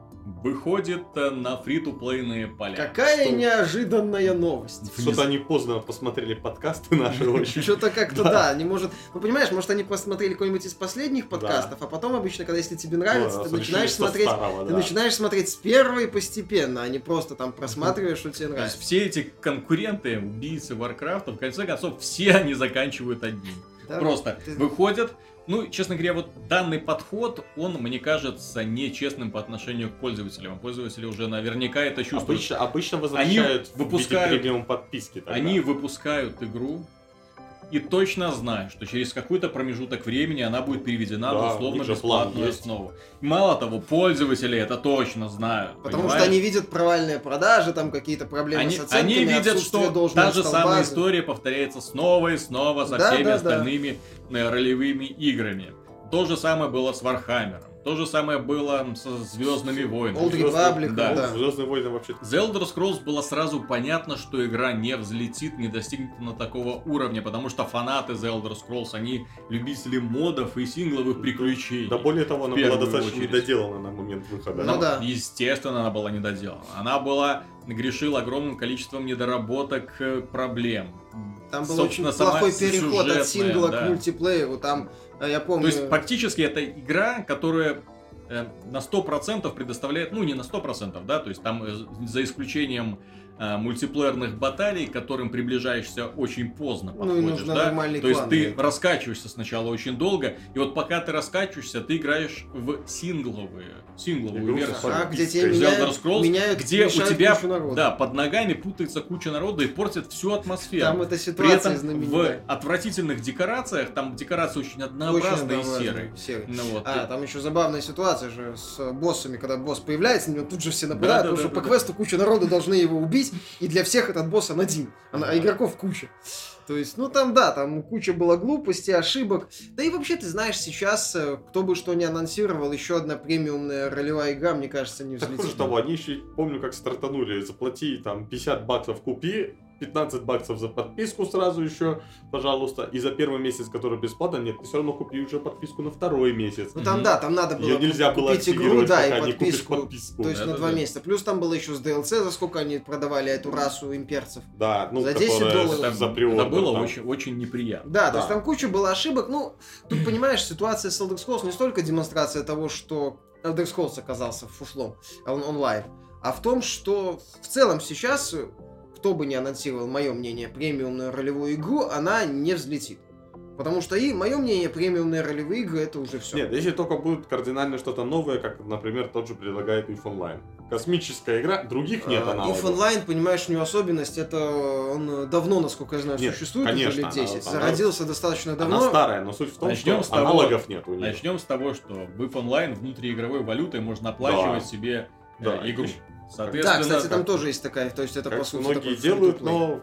выходит э, на фри-то-плейные поля.
Какая
Что?
неожиданная новость.
Что-то они поздно посмотрели подкасты наши очень.
Что-то как-то,
Да.
да, не может... Ну, понимаешь, может, они посмотрели какой-нибудь из последних подкастов, а потом обычно, когда если тебе нравится,
Ну,
ты
решили
начинаешь
со
смотреть...
старого,
Ты
да.
начинаешь смотреть с первой постепенно, а не просто там просматриваешь, что тебе
То есть
нравится.
все эти конкуренты, убийцы Варкрафта, в конце концов, все они заканчивают одним.
Да,
Просто
ты-
выходят. Ну, честно говоря, вот данный подход, он, мне кажется, нечестным по отношению к пользователям. Пользователи уже наверняка это чувствуют.
Обычно, обычно возвращают в виде
выпускают-
премиум подписки. тогда.
Они выпускают игру и точно знают, что через какой-то промежуток времени она будет переведена
Да,
на
у них же
условно-бесплатную
план есть.
основу. Мало того, пользователи это точно знают.
Потому
понимаешь?
что они видят провальные продажи, там какие-то проблемы
Они,
с оценками,
они видят,
отсутствие
что
должного
та же самая
столбаза.
история повторяется снова и снова со
Да,
всеми
да, да.
остальными э, ролевыми играми. То же самое было с Вархаммером. То же самое было со Звездными войнами.
Old Republic,
да.
да.
Звездные войны вообще.
The Elder Scrolls было сразу понятно, что игра не взлетит, не достигнет на такого уровня, потому что фанаты The Elder Scrolls, они любители модов и сингловых приключений.
Да более того, она
В
была
первую
достаточно
очередь.
недоделана на момент выхода.
Ну да.
Естественно, она была недоделана. Она была, грешила огромным количеством недоработок, э, проблем.
Там был
Собственно,
очень
сама
плохой переход
сюжетная,
от сингла
да.
к мультиплееру. Там, э, я помню...
То есть, фактически, это игра, которая э, на сто процентов предоставляет, ну, не на сто процентов, да, то есть там э, за исключением э, мультиплеерных баталий, к которым приближаешься очень поздно
Ну, и
подходишь,
нужно
да,
нормальный
то есть
клан,
ты
да.
раскачиваешься сначала очень долго, и вот пока ты раскачиваешься, ты играешь в сингловые, сингловую
Игру с
версию.
А, где тебе
The
меняют,
Elder Scrolls,
меняют,
где у
мешают
тебя
кучу народу.
да, под ногами путается куча народа и портит всю атмосферу.
Там эта
При
ситуация
этом в
знаменитая.
отвратительных декорациях, там декорации очень однообразные и
однообразная,
серые.
серый.
Ну, вот.
А, там еще забавная ситуация же с боссами, когда босс появляется, на него тут же все нападают,
Да, да,
потому
да,
что
да,
по
да.
квесту куча народу должны его убить, и для всех этот босс он один, а, а игроков куча. То есть, ну там да, там куча было глупостей, ошибок. Да и вообще, ты знаешь, сейчас, э, кто бы что ни анонсировал, еще одна премиумная ролевая игра, мне кажется, не
Так
взлетит.
хуже того, они еще, помню, как стартанули, заплати там пятьдесят баксов купи, пятнадцать баксов за подписку сразу еще, пожалуйста, и за первый месяц, который бесплатно, нет, ты все равно купи уже подписку на второй месяц.
Ну там
Мгм.
да, там надо было
Ее нельзя было
купить игру,
активировать,
да,
пока
и
не купишь
подписку.
подписку.
То есть на
Да-да-да.
два месяца. Плюс там было еще с ди эл си, за сколько они продавали эту расу имперцев.
Да, ну,
За десять
которая
долларов.
Это,
за
это
приордер
было
там.
очень, очень неприятно.
Да, то
Да.
есть там куча было ошибок. Ну, тут, понимаешь, ситуация с Elder Scrolls не столько демонстрация того, что Elder Scrolls оказался фуфлом он- онлайн, а в том, что в целом сейчас, кто бы ни анонсировал, мое мнение, премиумную ролевую игру, она не взлетит. Потому что и мое мнение, премиумные ролевые игры это уже все.
Нет, если только будет кардинально что-то новое, как, например, тот же предлагает иф Online. Космическая игра, других нет аналогов.
If Online, понимаешь, у него особенность, это он давно, насколько я знаю,
Нет,
существует,
конечно,
уже лет десять.
она-
Зародился достаточно давно.
Она старая, но суть в том,
Начнем
что
с того-
аналогов нет у нее.
Начнем с того, что в If Online внутриигровой валютой можно оплачивать
Да.
себе э,
Да,
игру.
и-
Да,
Соответственно,
кстати, там
как-
тоже есть такая, то есть это по
Как
сути
многие
такой
делают,
free-to-play.
но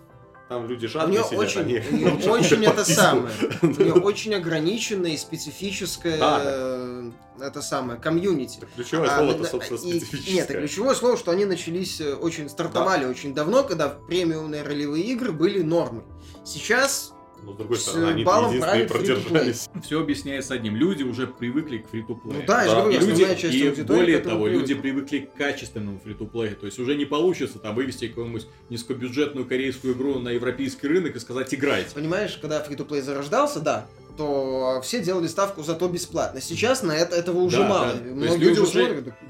там люди
У
жадные
нее
сидят,
очень,
они
у неё
лучше
очень
купят
это
подписку.
самое, у нее очень ограниченное и специфическое
Да.
э, это самое комьюнити.
Ключевое
А,
слово
да,
это, собственно,
и-
специфическое.
Нет, и ключевое слово, что они начались э, очень, стартовали очень давно, когда премиумные ролевые игры были нормой. Сейчас
Но с другой
с
стороны, они
баллом
единственные
правит free-to-play.
продержались.
все объясняется одним. Люди уже привыкли к фри-то-плею.
Ну да, я же
Да.
говорю,
И люди,
основная часть
и
аудитории,
более
которая
того,
привыкла.
люди привыкли к качественному фри-то-плею. То есть уже не получится там вывести какую-нибудь низкобюджетную корейскую игру на европейский рынок и сказать играйте.
Понимаешь, когда фри-то-плей зарождался, да, то все делали ставку за то бесплатно. Сейчас на это этого уже
Да,
мало.
да. То есть
Многие
люди
уже
уже
смотрят, да,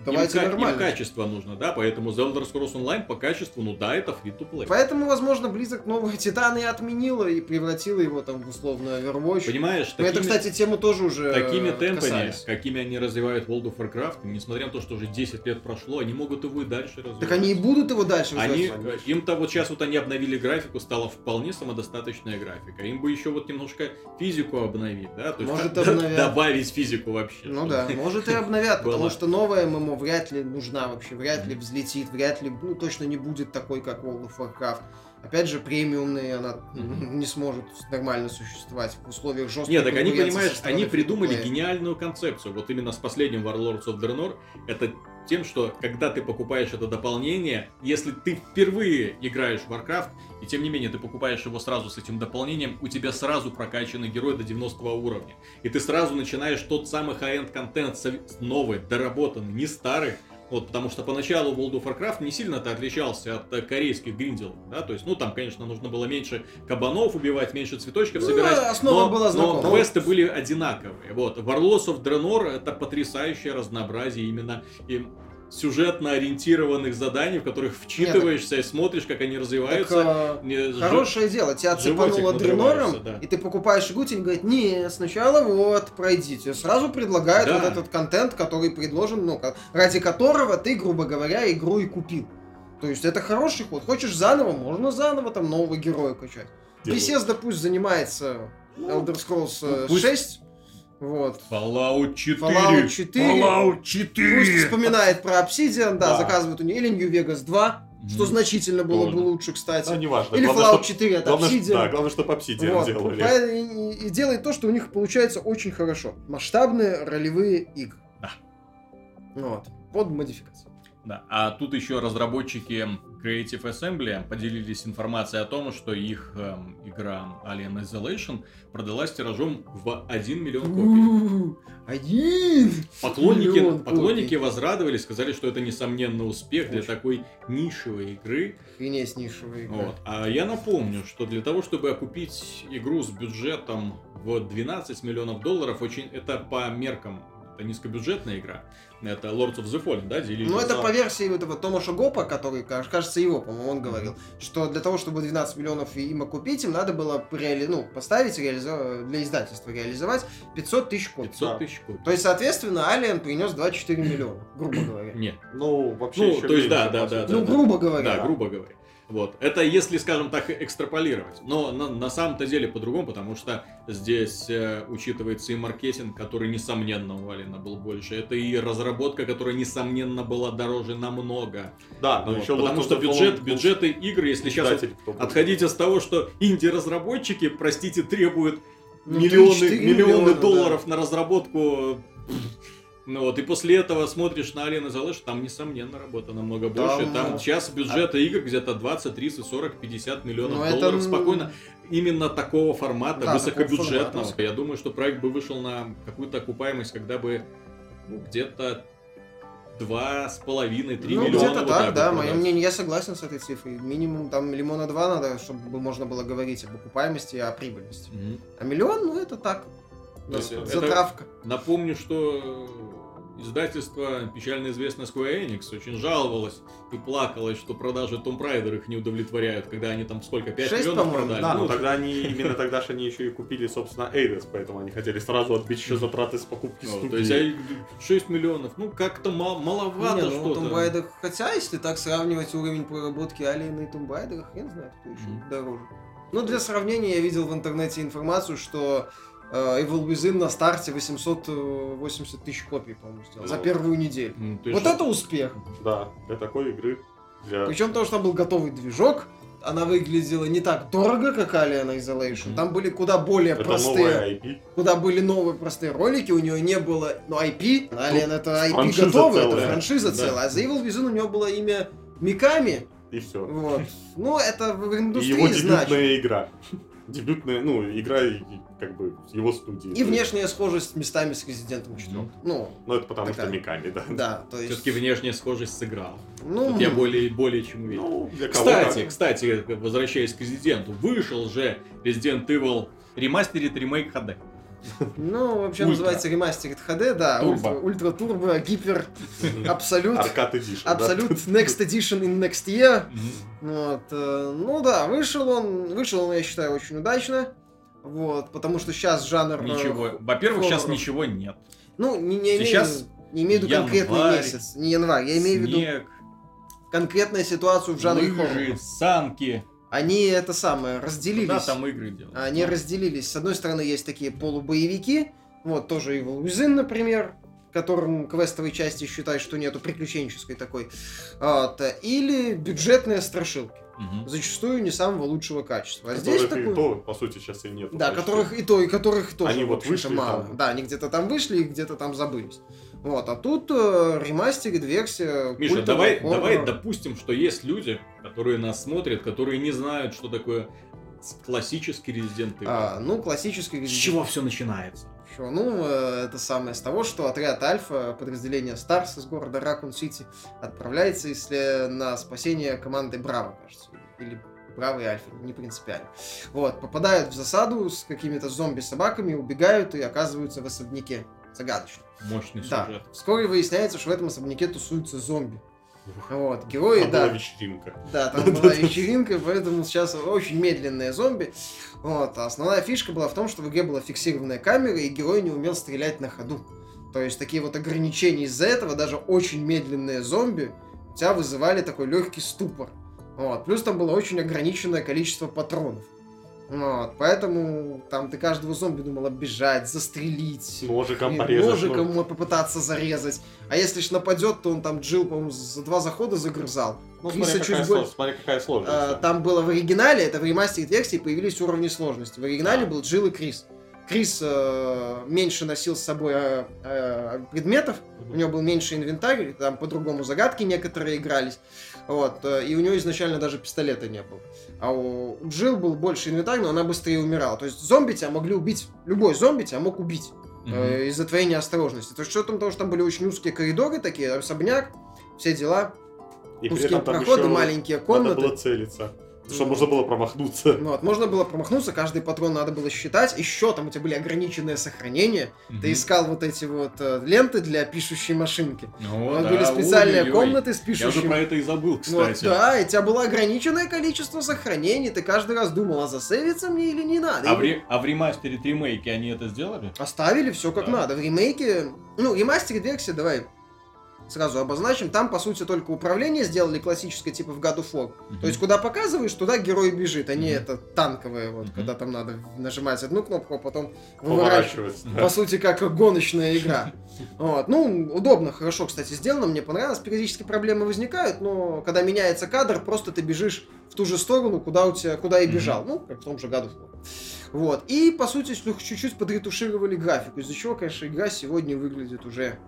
давайте
им,
нормально.
Им качество нужно, да, поэтому The Elder Scrolls Online по качеству, ну да, это free-to-play.
Поэтому, возможно, Blizzard новые Титаны отменила и превратила его там в условную Overwatch.
Понимаешь,
Но
такими,
это, кстати, тему тоже уже
такими темпами,
касались.
какими они развивают World of Warcraft, несмотря на то, что уже десять лет прошло, они могут его и дальше развивать.
Так они и будут его дальше
Они,
развивать.
им-то вот сейчас вот они обновили графику, стала вполне самодостаточная графика. Им бы еще вот немножко физику обновить, да? То есть
Может,
д-
обновят.
добавить физику вообще.
Ну
чтобы-
да, может и обновят, потому
Была.
что новая ММО вряд ли нужна вообще, вряд ли взлетит, вряд ли, ну точно не будет такой, как World of Warcraft. Опять же, премиумный она
Мгм.
не сможет нормально существовать в условиях жесткой
Нет, так они,
конкуренции
понимаешь,
со стороны
они придумали
free-to-play.
гениальную концепцию. Вот именно с последним Warlords of Draenor. Это тем, что когда ты покупаешь это дополнение, если ты впервые играешь в Warcraft, и тем не менее ты покупаешь его сразу с этим дополнением, у тебя сразу прокачанный герой до девяностого уровня. И ты сразу начинаешь тот самый high-end контент новый, доработанный, не старый. Вот, потому что поначалу World of Warcraft не сильно-то отличался от э, корейских гринделов, да, то есть, ну, там, конечно, нужно было меньше кабанов убивать, меньше цветочков
Ну,
собирать,
основа
но,
была знакома.
но квесты были одинаковые, вот. Warlords of Draenor — это потрясающее разнообразие именно и сюжетно ориентированных заданий, в которых вчитываешься и смотришь, как они
Так,
развиваются.
э,
Не, жи-
хорошее дело, тебя
животик
цепануло
надрывается,
Дренором,
да.
и ты покупаешь игру, тебе говорят, не, сначала вот, пройдите. Сразу предлагают
Да.
вот этот контент, который предложен, ну, ка- ради которого ты, грубо говоря, игру и купил. То есть это хороший ход. Хочешь заново, можно заново там нового героя качать.
Делают.
Bethesda пусть занимается Elder Scrolls э,
Ну, пусть-
шесть. Вот.
Fallout четыре.
Fallout четыре.
Fallout четыре.
Пусть вспоминает про Obsidian, да,
Да.
заказывает у нее или New Vegas два, что
Мгм.
значительно было бы
Тоже.
лучше, кстати.
Ну, неважно.
Или
Главное,
Fallout
чтоб-
четыре от
Главное,
Obsidian.
да, главное, чтобы Obsidian
Вот.
делали.
По- И, и делает то, что у них получается очень хорошо. Масштабные ролевые игры.
Да.
Вот. Под модификацию.
Да. А тут еще разработчики Creative Assembly поделились информацией о том, что их эм, игра Alien Isolation продалась тиражом в один миллион копий.
Один!
Поклонники,
Миллион
поклонники
копий.
возрадовались, сказали, что это несомненно успех для
Очень.
такой нишевой игры.
Охренеть нишевая игра.
Вот. А я напомню, что для того, чтобы окупить игру с бюджетом в двенадцать миллионов долларов, очень это по меркам, это низкобюджетная игра. Это Lords of the Fallen, да, делили?
Ну, это
Да.
по версии этого Томаша Гопа, который, каж- кажется, его, по-моему, он говорил, что для того, чтобы двенадцать миллионов им окупить, им надо было реали... ну, поставить реализо... для издательства реализовать пятьсот тысяч копий.
пятьсот тысяч копий.
То есть, соответственно, Alien принес двадцать четыре миллиона, грубо говоря.
Нет.
Ну, вообще
Ну,
еще
то есть,
меньше,
да, да,
по
да,
сути.
Ну,
да.
грубо говоря.
Да, грубо говоря. Вот. Это если, скажем так, экстраполировать. Но на, на самом-то деле по-другому, потому что здесь э, учитывается и маркетинг, который, несомненно, у Алина был больше. Это и разработка, которая, несомненно, была дороже намного.
Да, но
Вот.
еще
Потому
Lords
что
of the
бюджет,
Fallen
бюджеты игр, если сейчас вот
издатель, кто был.
отходить от того, что инди-разработчики, простите, требуют
Ну,
миллионы,
три-четыре
миллионы
миллиона,
долларов на разработку. Ну вот, и после этого смотришь на Alien Isolation, там, несомненно, работа намного больше.
Там,
Там
ну,
сейчас бюджеты игр где-то двадцать, тридцать, сорок, пятьдесят миллионов
Ну, это,
долларов
м,
спокойно. Именно такого формата,
Да,
высокобюджетного.
такого формата.
Я думаю, что проект бы вышел на какую-то окупаемость, когда бы ну, где-то два с половиной-три
Ну,
миллиона.
где-то
вот
так,
вот
да,
продать.
мое мнение, я согласен с этой цифрой. Минимум там лимона два надо, чтобы можно было говорить об окупаемости и о прибыльности.
Мгм.
А миллион, ну это так,
То есть это-
затравка.
Напомню, что издательство, печально известное Square Enix, очень жаловалось и плакалось, что продажи Tomb Raider их не удовлетворяют, когда они там сколько, пять
Шесть,
миллионов
по-моему,
продали?
Да,
Ну,
но тогда они, именно тогда же они еще и купили, собственно, Эйдес, поэтому они хотели сразу отбить еще затраты с покупки
ну,
студии.
то есть а, шесть миллионов, ну как-то мал- маловато
Не, ну,
что-то.
Tomb Raider, хотя, если так сравнивать уровень проработки Alien и Tomb Raider, хрен знает, кто еще
Мгм.
дороже. Ну, для сравнения, я видел в интернете информацию, что э, Evil Within на старте восемьсот восемьдесят тысяч копий, по-моему, сделал. За
Ну,
первую неделю.
Ну, то есть
Вот
что-
это успех.
Да, для такой игры. Для...
Причем то, что там был готовый движок, она выглядела не так дорого, как Alien Isolation.
Мгм.
Там были куда более
Это
простые,
новая ай пи.
куда были новые простые ролики, у нее не было, ну, ай пи, Alien это ай пи
франшиза
готовый, это
целая.
франшиза
Да.
целая, а за Evil Within у него было имя Миками,
И все.
вот. Ну, это в
И
индустрии
его
значит.
дебютная игра. Дебютная, ну, игра и- и как бы его студии.
И внешняя схожесть местами с Резидентом четыре. Ну,
Ну, это потому
такая.
что Миками, да.
да, то есть...
Все-таки внешняя схожесть сыграла.
Ну,
Тут я более, более чем уверен.
Ну, для кого
Кстати,
как.
кстати, возвращаясь к Резиденту, вышел же Resident Evil ремастерит ремейк эйч ди.
Ну, вообще
Ультра.
называется ремастеред эйч ди, да.
Турбо.
Ультра, ультра турбо, гипер, абсолют.
Аркад Edition. да.
Абсолют Next Edition in Next Year.
Мгм.
Вот, э, ну да, вышел он, вышел он, я считаю, очень удачно. Вот, потому что сейчас жанр... э,
Ничего. Во-первых, сейчас
хорроров-
ничего нет.
Ну, не, не,
Сейчас
имею, не имею в виду конкретный
январь,
месяц, не январь, я имею в виду
Снег,
конкретную ситуацию в жанре
лыжи,
хорроров.
санки.
Они это самое, разделились.
Куда там игры делать?
Они разделились. С одной стороны, есть такие полубоевики, вот тоже Evil Within, например, которым квестовой части считают, что нету, приключенческой такой. Вот. Или бюджетные страшилки.
Мгм.
Зачастую не самого лучшего качества. А здесь
Которых и
такой...
то, по сути, сейчас и нет.
Да, которых и то, и которых тоже,
Они
в
вот
общем-то,
вышли
мало.
там.
Да, они где-то там вышли и где-то там забылись. Вот, а тут э, ремастерит версия
Миша,
культового
давай,
хоррора.
давай допустим, что есть люди, которые нас смотрят, которые не знают, что такое с- классический Resident Evil.
А, ну, классический...
С чего все начинается?
Чего? Ну, э, это самое с того, что отряд Альфа, подразделение Старс из города Ракун-Сити, отправляется если на спасение команды Браво, кажется. Или Браво и Альфа, не принципиально. Вот, попадают в засаду с какими-то зомби-собаками, убегают и оказываются в особняке. Загадочно.
Мощный
Да.
сюжет.
Вскоре выясняется, что в этом особняке тусуются зомби. Вот, герои,
Там
да.
была вечеринка.
Да, там была вечеринка, поэтому сейчас очень медленные зомби. Вот. А основная фишка была в том, что в игре была фиксированная камера, и герой не умел стрелять на ходу. То есть такие вот ограничения из-за этого, даже очень медленные зомби у тебя вызывали такой легкий ступор. Вот. Плюс там было очень ограниченное количество патронов. Вот. Поэтому там ты каждого зомби думал оббежать, застрелить.
Ножиком
И
порезать.
ножиком
ну.
попытаться зарезать. А если ж нападет, то он там Джилл, по-моему, за два захода загрызал.
Ну,
Криса
смотри,
чуть
какая,
более-
сло- смотри, какая сложность.
А, там было в оригинале, это в ремастере версии появились уровни сложности. В оригинале
Да.
был Джилл и Крис. Крис э, меньше носил с собой э, э, предметов, у него был меньше инвентарь, там по-другому загадки некоторые игрались. Вот, э, и у него изначально даже пистолета не было. А у Джилл был больше инвентарь, но она быстрее умирала. То есть зомби тебя могли убить, любой зомби тебя мог убить.
Мгм.
э, из-за твоей неосторожности. То есть, что там, того, что там были очень узкие коридоры такие, особняк, все дела,
И при
узкие
этом там
проходы,
еще
маленькие
надо
комнаты.
было целиться. Чтобы
Ну.
можно было промахнуться.
Ну, вот, можно было промахнуться, каждый патрон надо было считать. Еще там у тебя были ограниченные сохранения.
Мгм.
Ты искал вот эти вот э, ленты для пишущей машинки.
Ну,
Вот
да,
были специальные
ой-ой-ой.
комнаты с
Я уже
пишущим.
про это и забыл,
Вот,
кстати.
да, и у тебя было ограниченное количество сохранений. Ты каждый раз думал, а засейвиться мне или не надо.
А в,
Или-
ре- а в ремастере, ремейке они это сделали?
Оставили все как
Да.
надо. В ремейке, ну, ремастеред версия, давай сразу обозначим, там, по сути, только управление сделали классическое, типа в God of War.
Мгм.
То есть, куда показываешь, туда герой бежит, а не
Мгм.
это танковое, вот,
Мгм.
когда там надо нажимать одну кнопку, а потом выворачивать.
Поворачиваться.
По сути, как гоночная игра. Вот. Ну, удобно, хорошо, кстати, сделано, мне понравилось. Периодически проблемы возникают, но когда меняется кадр, просто ты бежишь в ту же сторону, куда у тебя, куда и
Мгм.
бежал. Ну, как в том же God of War. Вот. И, по сути, слегка- чуть-чуть подретушировали графику, из-за чего, конечно, игра сегодня выглядит уже,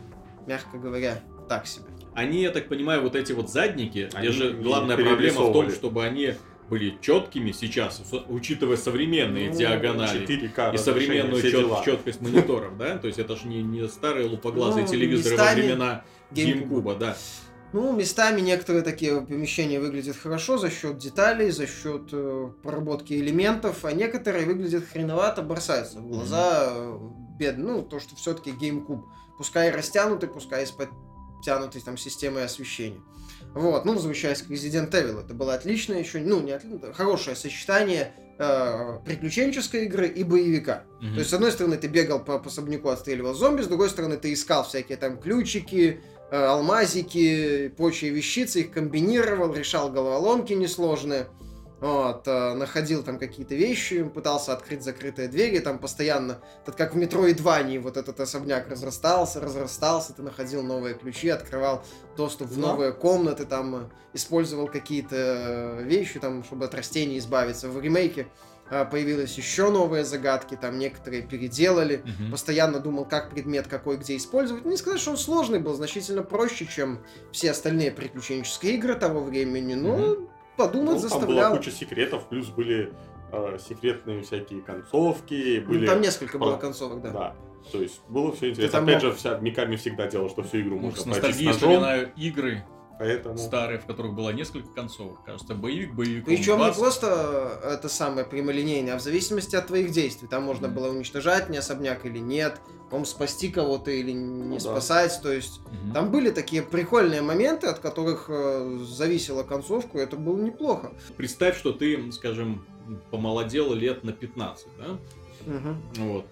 мягко говоря, так себе.
Они, я так понимаю, вот эти вот задники,
Они
где же
не
главная проблема в том,
перерисовывали.
чтобы они были четкими сейчас, с- учитывая современные
Ну,
диагонали
четыре ка
и современную
разрешение, все
чет-
дела.
четкость мониторов, да? То есть это же не, не старые лупоглазые
Ну,
телевизоры во
местами
времена
GameCube.
GameCube, да.
Ну, местами некоторые такие помещения выглядят хорошо за счет деталей, за счет э, проработки элементов, а некоторые выглядят хреновато, бросаются в глаза, э, бедно. Ну, то, что все-таки GameCube. Пускай растянутый, пускай с подтянутой там системой освещения. Вот, ну, возвращаясь к Resident Evil, это было отличное еще, ну, не отлично, хорошее сочетание э, приключенческой игры и боевика.
Мгм.
То есть, с одной стороны, ты бегал по, по особняку, отстреливал зомби, с другой стороны, ты искал всякие там ключики, э, алмазики, прочие вещицы, их комбинировал, решал головоломки несложные. Вот, э, находил там какие-то вещи, пытался открыть закрытые двери, там постоянно, это как в Метроидвании, вот этот особняк разрастался, разрастался, ты находил новые ключи, открывал доступ в
Да.
новые комнаты, там, э, использовал какие-то э, вещи, там, чтобы от растений избавиться. В ремейке э, появились еще новые загадки, там некоторые переделали,
Мгм.
постоянно думал, как предмет какой где использовать. Не сказать, что он сложный был, значительно проще, чем все остальные приключенческие игры того времени, но
Мгм.
подумать
Ну, там
заставлял.
была куча секретов, плюс были э, секретные всякие концовки,
Ну,
были...
там несколько было
про-
концовок, да.
Да. То есть было все интересно.
там
Опять
мог-
же, вся Миками всегда делал, что всю игру
Ну,
можно
с
пройти с
ностальгией
ножом.
вспоминаю игры,
Поэтому...
старые, в которых было несколько концовок. Кажется, боевик, боевик.
Причем не просто это самое прямолинейное, а в зависимости от твоих действий. Там можно
Mm-hmm.
было уничтожать мне особняк или нет, по-моему, спасти кого-то или не
Ну да.
спасать. То есть
Mm-hmm.
там были такие прикольные моменты, от которых э, зависела концовка, и это было неплохо.
Представь, что ты, скажем, помолодел лет на пятнадцать, да?
Угу.
Вот.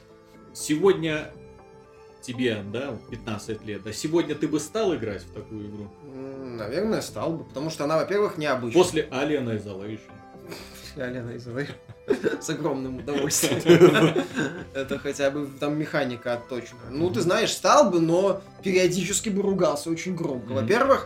Сегодня тебе, да, пятнадцать лет, да, сегодня ты бы стал играть в такую игру?
Наверное, стал бы, потому что она, во-первых, необычная.
После Alien Isolation.
Алена Изолай. С огромным удовольствием. Это хотя бы там механика отточена. Ну, ты знаешь, стал бы, но периодически бы ругался очень громко. Во-первых,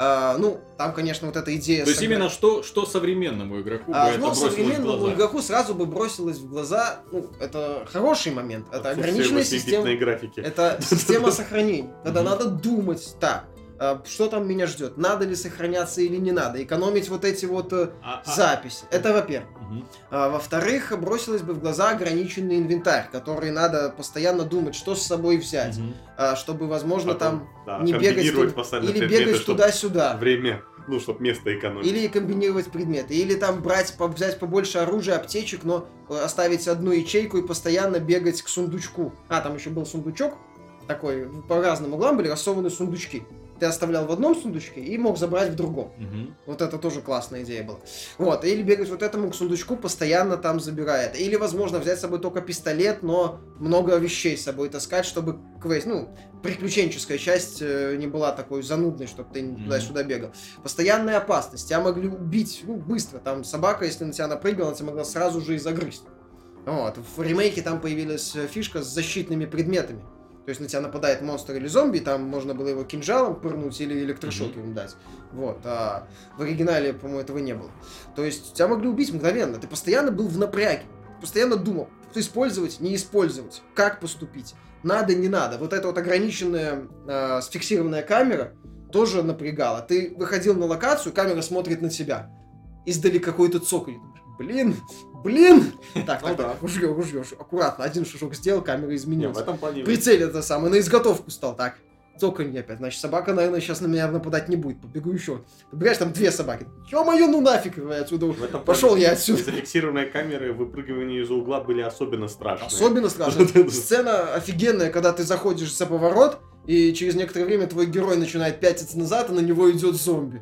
ну, там, конечно, вот эта идея...
То есть именно что, что современному игроку бы это
Ну,
бросилось в
современному
глаза?
игроку сразу бы бросилось в глаза, ну, это хороший момент, это ограниченная система...
графики.
Это система сохранения, когда
Мгм.
надо думать так. а, Что там меня ждет? Надо ли сохраняться или не надо? Экономить вот эти вот э,
А- а-
записи. Это во-первых.
Мгм.
А, во-вторых, бросилось бы в глаза ограниченный инвентарь, который надо постоянно думать, что с собой взять,
Мгм.
а, чтобы, возможно,
Потом,
там
да,
не бегать
комбинировать
ту-
постоянно
или
предметы,
бегать
чтоб
туда-сюда.
Время, ну, чтобы место экономить.
Или комбинировать предметы, или там брать, по- взять побольше оружия, аптечек, но э, оставить одну ячейку и постоянно бегать к сундучку. А, там еще был сундучок такой, по разным углам были рассованы сундучки. Ты оставлял в одном сундучке и мог забрать в другом.
Мгм.
Вот это тоже классная идея была. Вот, или бегать вот этому к сундучку, постоянно там забирает. Или, возможно, взять с собой только пистолет, но много вещей с собой таскать, чтобы квест, ну, приключенческая часть э, не была такой занудной, чтобы ты
Мгм.
туда-сюда бегал. Постоянная опасность. Тебя могли убить, ну, быстро. Там собака, если на тебя напрыгала, она тебя могла сразу же и загрызть. Вот. В ремейке там появилась э, фишка с защитными предметами. То есть на тебя нападает монстр или зомби, там можно было его кинжалом пырнуть или электрошокером ему дать. Вот. А в оригинале, по-моему, этого не было. То есть тебя могли убить мгновенно. Ты постоянно был в напряге. Ты постоянно думал, что использовать, не использовать, как поступить. Надо, не надо. Вот эта вот ограниченная э, сфиксированная камера тоже напрягала. Ты выходил на локацию, камера смотрит на тебя. Издали какой-то цоколь. Блин, блин! Так,
Ну
так,
да.
так, ружье, ружье. Аккуратно, один шажок сделал, камера
Не,
изменилась.
в этом плане...
Прицель это самое, на изготовку стал, так. Цоканье опять. Значит, собака, наверное, сейчас на меня нападать не будет. Побегу еще. Побегаешь, там две собаки. Ё-моё, ну нафиг я отсюда.
В этом
Пошел
плане
я отсюда.
Зафиксированные камеры, выпрыгивания из-за угла были особенно страшные.
Особенно страшно. Сцена офигенная, когда ты заходишь за поворот, и через некоторое время твой герой начинает пятиться назад, и на него идет зомби.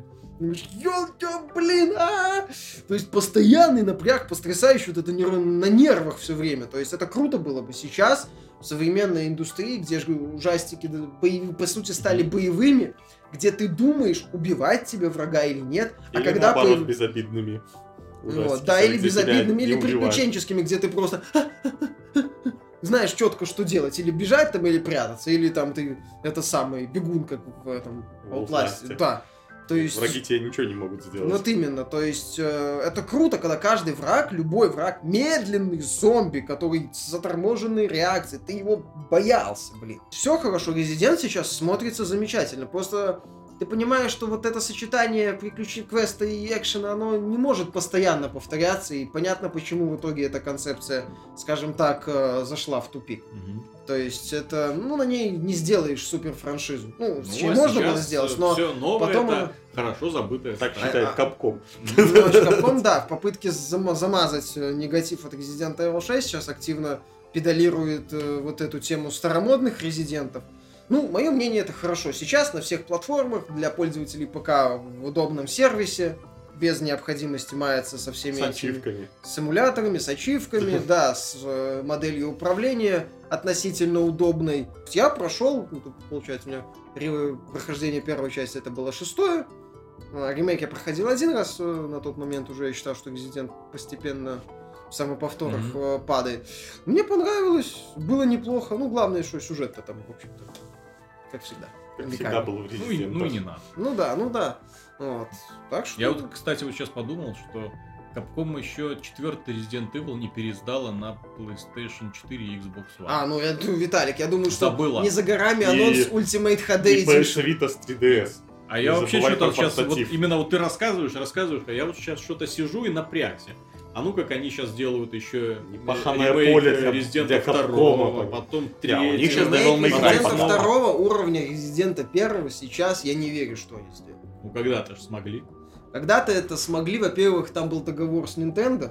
Ёлки, блин, а То есть постоянный напряг, потрясающий, вот это нер- на нервах все время. То есть это круто было бы сейчас в современной индустрии, где же ужастики да, боев- по сути стали боевыми, где ты думаешь, убивать тебе врага или нет, а
Или
когда
наоборот,
появ-
безобидными.
вот,
Ужастики
да,
сами
или
за себя
безобидными,
не
или
убивают.
приключенческими, где ты просто знаешь четко, что делать. Или бежать там, или прятаться. Или там ты, это самый, бегун, как в этом
В
Outlast.
Outlast.
Да. То есть...
Враги тебе ничего не могут сделать.
Вот именно, то есть э, это круто, когда каждый враг, любой враг, медленный зомби, который с заторможенной реакцией, ты его боялся, блин. Все хорошо, Resident сейчас смотрится замечательно, просто ты понимаешь, что вот это сочетание приключений, квеста и экшена, оно не может постоянно повторяться, и понятно, почему в итоге эта концепция, скажем так, э, зашла в тупик.
Мгм.
То есть это, ну, на ней не сделаешь супер франшизу. Ну,
Ну,
точнее,
а
можно было
сейчас
сделать, но...
все новое
потом
это
оно-
хорошо забытое.
Так
старое.
считает
а-
Капком.
Ну, Capcom, да, в попытке зам- замазать э, негатив от Resident Evil шесть сейчас активно педалирует э, вот эту тему старомодных резидентов. Ну, мое мнение, это хорошо. Сейчас на всех платформах для пользователей ПК в удобном сервисе, без необходимости маяться со всеми
С
этими
ачивками.
симуляторами, с ачивками, да, с э, моделью управления относительно удобной. Я прошел, ну, тут, получается, у меня ре- прохождение первой части это было шестое. А, Ремейк я проходил один раз, э, на тот момент уже я считал, что Resident постепенно в самоповторах
Мгм.
э, падает. Мне понравилось, было неплохо. Ну, главное, что сюжет-то там, в общем-то, как всегда.
Как
Веками.
всегда было в
Ну и, ну и не
Resident.
надо.
Ну да, ну да. Вот. Так что...
Я вот, кстати, вот сейчас подумал, что Capcom еще четвертый Resident Evil не переиздала на PlayStation четыре и Xbox One.
А, ну, я, ну, Виталик, я думаю, что
Забыла.
не за горами
И-
анонс Ultimate эйч ди
И пи эс
Edition.
Vita с три ди эс.
А я
Не
вообще
забывай
что-то
про
сейчас, вот
портатив.
именно вот ты рассказываешь, рассказываешь, а я вот сейчас что-то сижу и напрягся. а ну как они сейчас делают еще
Непаханное поле для-
Резидента
для
второго,
Capcom.
потом
Да, у них
третьего.
сейчас Devil May Cry
Резидента
снова.
второго уровня Резидента первого сейчас я не верю, что они сделают.
Ну когда-то же смогли.
Когда-то это смогли, во-первых, там был договор с Nintendo,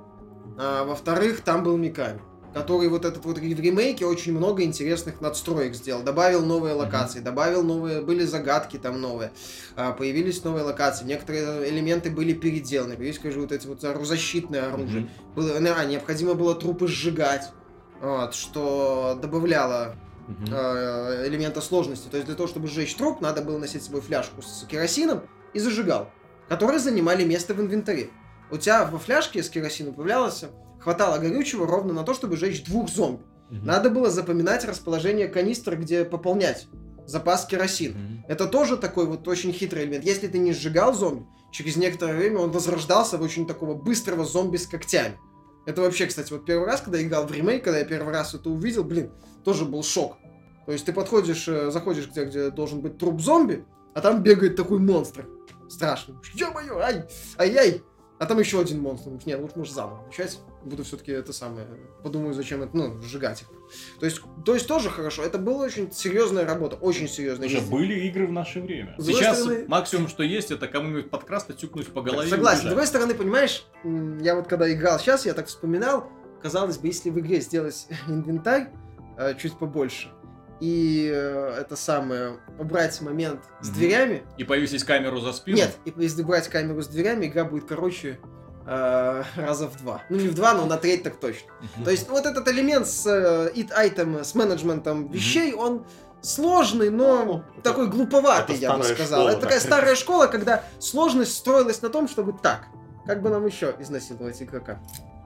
а во-вторых, там был Миками, который вот этот вот в ремейке очень много интересных надстроек сделал. Добавил новые локации, добавил новые, были загадки там новые, а, появились новые локации, некоторые элементы были переделаны, появились, скажу, вот эти вот защитное оружие.
Мгм.
Было, а, необходимо было трупы сжигать, вот, что добавляло
Мгм.
э, элемента сложности. То есть для того, чтобы сжечь труп, надо было носить с собой фляжку с керосином и зажигал, которые занимали место в инвентаре. У тебя во фляжке с керосином появлялось, хватало горючего ровно на то, чтобы сжечь двух зомби.
Мгм.
Надо было запоминать расположение канистр, где пополнять запас керосина.
Мгм.
Это тоже такой вот очень хитрый элемент. Если ты не сжигал зомби, через некоторое время он возрождался в очень такого быстрого зомби с когтями. Это вообще, кстати, вот первый раз, когда я играл в ремейк, когда я первый раз это увидел, блин, тоже был шок. То есть ты подходишь, э, заходишь где, где должен быть труп зомби, а там бегает такой монстр страшный. Ё-моё, ай, ай-яй. А там еще один монстр. Нет, лучше может заново начать. Буду все-таки это самое, подумаю, зачем это, ну, сжигать их. То есть, то есть тоже хорошо. Это была очень серьезная работа, очень серьезная.
Слушай, были игры в наше время.
С другой
Сейчас
стороны-
максимум, что есть, это кому-нибудь подкрасно тюкнуть по голове. и
Согласен. С
убежать.
другой стороны, понимаешь, м, я вот когда играл сейчас, я так вспоминал, казалось бы, если в игре сделать инвентарь э, чуть побольше, и э, это самое, убрать момент с
Мгм.
дверями.
И повесить камеру за спину.
Нет, и если убрать камеру с дверями, игра будет короче э, раза в два. Ну, не в два, но на треть так точно.
Мгм.
То есть, вот этот элемент с э, it item, с менеджментом вещей, он сложный, но
Ну,
такой
это-
глуповатый,
это
я бы
старая
сказал.
школа,
Это такая
да.
старая школа, когда сложность строилась на том, чтобы так. Как бы нам еще изнасиловать игрока.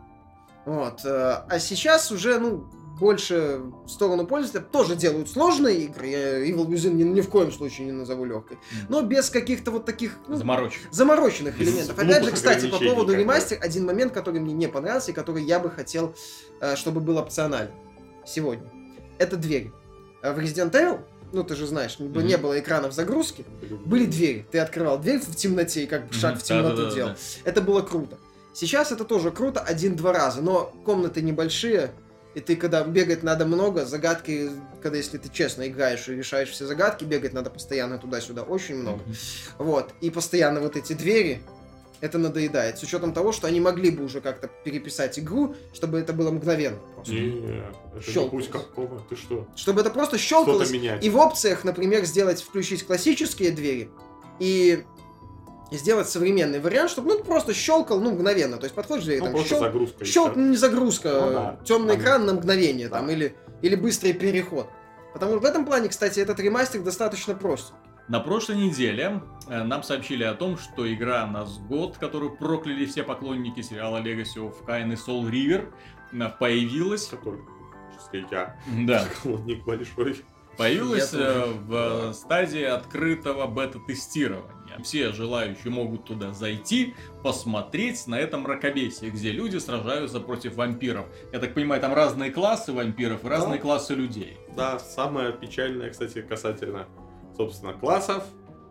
Вот. э, А сейчас уже, ну, больше в сторону пользователя тоже делают сложные игры. Я Evil Within ни, ни в коем случае не назову легкой. Но без каких-то вот таких, ну,
Заморочек.
замороченных
Без
элементов.
глупых
Опять же, кстати, по
ограничений,
поводу
как бы.
ремастер, один момент, который мне не понравился и который я бы хотел, э, чтобы был опционален сегодня. Это двери. Э, В Resident Evil, ну ты же знаешь, не
Мгм.
не было экранов загрузки, были двери. Ты открывал дверь в темноте и как бы шаг
Мгм.
в темноту
Да-да-да-да.
делал. Это было круто. Сейчас это тоже круто один-два раза, но комнаты небольшие, и ты, когда бегать надо много, загадки, когда если ты честно играешь и решаешь все загадки, бегать надо постоянно туда-сюда очень много.
Мгм.
Вот. И постоянно вот эти двери, это надоедает. С учетом того, что они могли бы уже как-то переписать игру, чтобы это было мгновенно. просто.
Не, это не
Щелкнул.
путь как кома, ты что?
Чтобы это просто щелкалось.
Что-то менять.
И в опциях, например, сделать, включить классические двери и сделать современный вариант, чтобы ну просто щелкал, ну, мгновенно. То есть подходишь к двери,
Ну,
там
просто
щелк,
загрузка. и
щелк,
всё.
ну, не загрузка,
Ну да.
темный
Там-
экран на мгновение,
Да.
там, или, или быстрый переход. Потому что в этом плане, кстати, этот ремастер достаточно прост.
На прошлой неделе э, нам сообщили о том, что игра нас год, которую прокляли все поклонники сериала Legacy of Kain и Soul River, э, появилась.
Который, если я
Да.
поклонник большой.
Появилась
Я тоже.
э, в стадии открытого бета-тестирования. Все желающие могут туда зайти, посмотреть на этом мракобесие, где люди сражаются против вампиров. Я так понимаю, там разные классы вампиров и разные
Да.
классы людей.
Да, самое печальное, кстати, касательно, собственно, классов.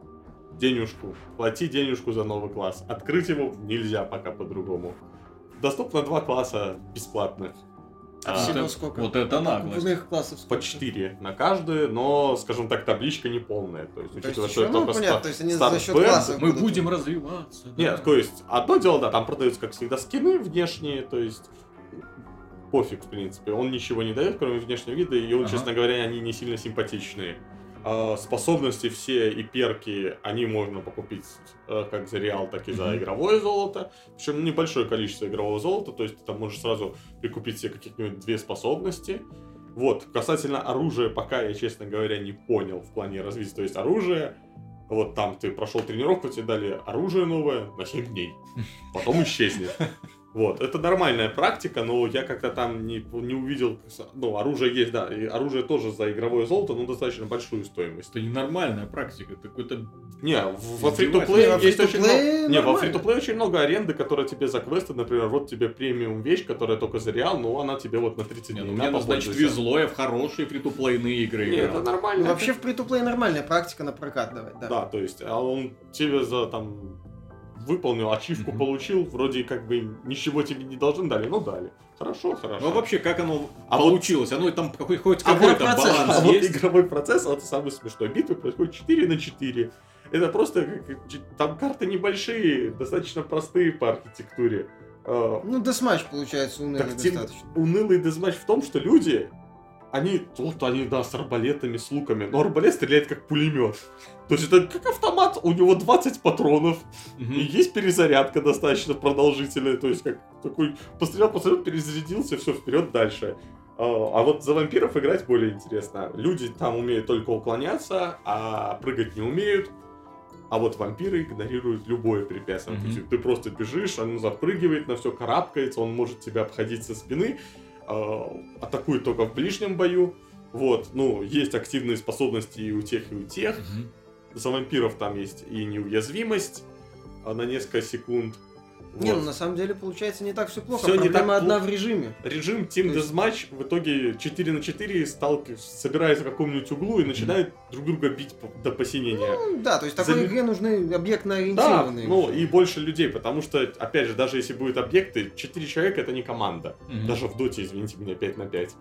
Денежку. Плати денежку за новый класс. Открыть его нельзя пока по-другому. Доступно два класса бесплатных.
А
А,
всего
это-
сколько?
вот это
А
наглость.
покупных классов сколько?
По четыре на каждый, но, скажем так, табличка не полная. То есть,
То есть
учитывая,
еще,
что это
ну,
только
понятно,
ста-
то есть они
старт
за счет
бэнд.
классов
Мы
будут.
будем развиваться. да.
Нет, то есть, одно дело, да, там продаются, как всегда, скины внешние, то есть пофиг, в принципе. Он ничего не дает, кроме внешнего вида, и он,
Ага.
честно говоря, они не сильно симпатичные. А способности все и перки, они можно покупить э, как за реал, так и за
Мгм.
игровое золото. Причем небольшое количество игрового золота, то есть ты там можешь сразу прикупить себе каких-нибудь две способности. Вот, касательно оружия, пока я, честно говоря, не понял в плане развития. То есть оружие, вот там ты прошел тренировку, тебе дали оружие новое на семь дней, потом исчезнет. Вот, это нормальная практика, но я как-то там не, не увидел, ну, оружие есть, да, и оружие тоже за игровое золото, но достаточно большую стоимость.
Это ненормальная практика, это какой-то...
Не, в- во
Издевательство.
фри-то-плей
Не, во
есть очень
фри-то-плей
много... Не, во
нормально.
фри-то-плей очень много аренды, которая тебе за квесты, например, вот тебе премиум вещь, которая только за реал, но она тебе вот на тридцать
Не,
дней.
ну,
на,
мне, ну, значит,
попользуйся.
везло, я в хорошие фри-то-плейные игры
Не,
играл.
это
Ну,
нормально.
вообще в free-to-play нормальная практика на прокат давать, да.
Да, то есть, а он тебе за там выполнил, ачивку
Мгм.
получил, вроде как бы ничего тебе не должны дали, но дали. Хорошо, хорошо.
Ну, вообще, как оно
А
получилось? Оно там какой, хоть
А
какой-то
вот процесс,
баланс
А вот
есть?
игровой процесс, вот самый смешной. Битвы происходят четыре на четыре. Это просто, как- там карты небольшие, достаточно простые по архитектуре. А,
Ну, десматч получается унылый
Так тем-
достаточно.
унылый дезматч в том, что люди, они, вот они, да, с арбалетами, с луками, но арбалет стреляет как пулемет. То есть это как автомат, у него двадцать патронов,
Мгм.
и есть перезарядка достаточно продолжительная, то есть как такой пострелял, пострелял, перезарядился, все, вперед дальше. А а вот за вампиров играть более интересно. Люди там умеют только уклоняться, а прыгать не умеют. А вот вампиры игнорируют любое препятствие.
Мгм.
То есть ты просто бежишь, он запрыгивает, на все карабкается, он может тебя обходить со спины, а, атакует только в ближнем бою. Вот, ну, есть активные способности и у тех, и у тех.
Мгм.
За вампиров там есть и неуязвимость а, на несколько секунд.
Не,
Вот.
ну на самом деле получается не так все плохо.
Всё не
Проблема
так
одна
плохо.
в режиме.
Режим Team
То есть-
Deathmatch в итоге четыре на четыре сталки... собираются в каком-нибудь углу и начинают друг друга бить по- до посинения.
Ну, да, то есть
За
такой
не-
игре нужны
Да,
объектно-ориентированные.
ну
игры.
и больше людей, потому что, опять же, даже если будут объекты, четыре человека это не команда.
Мгм.
Даже в доте, извините меня, пять на пять.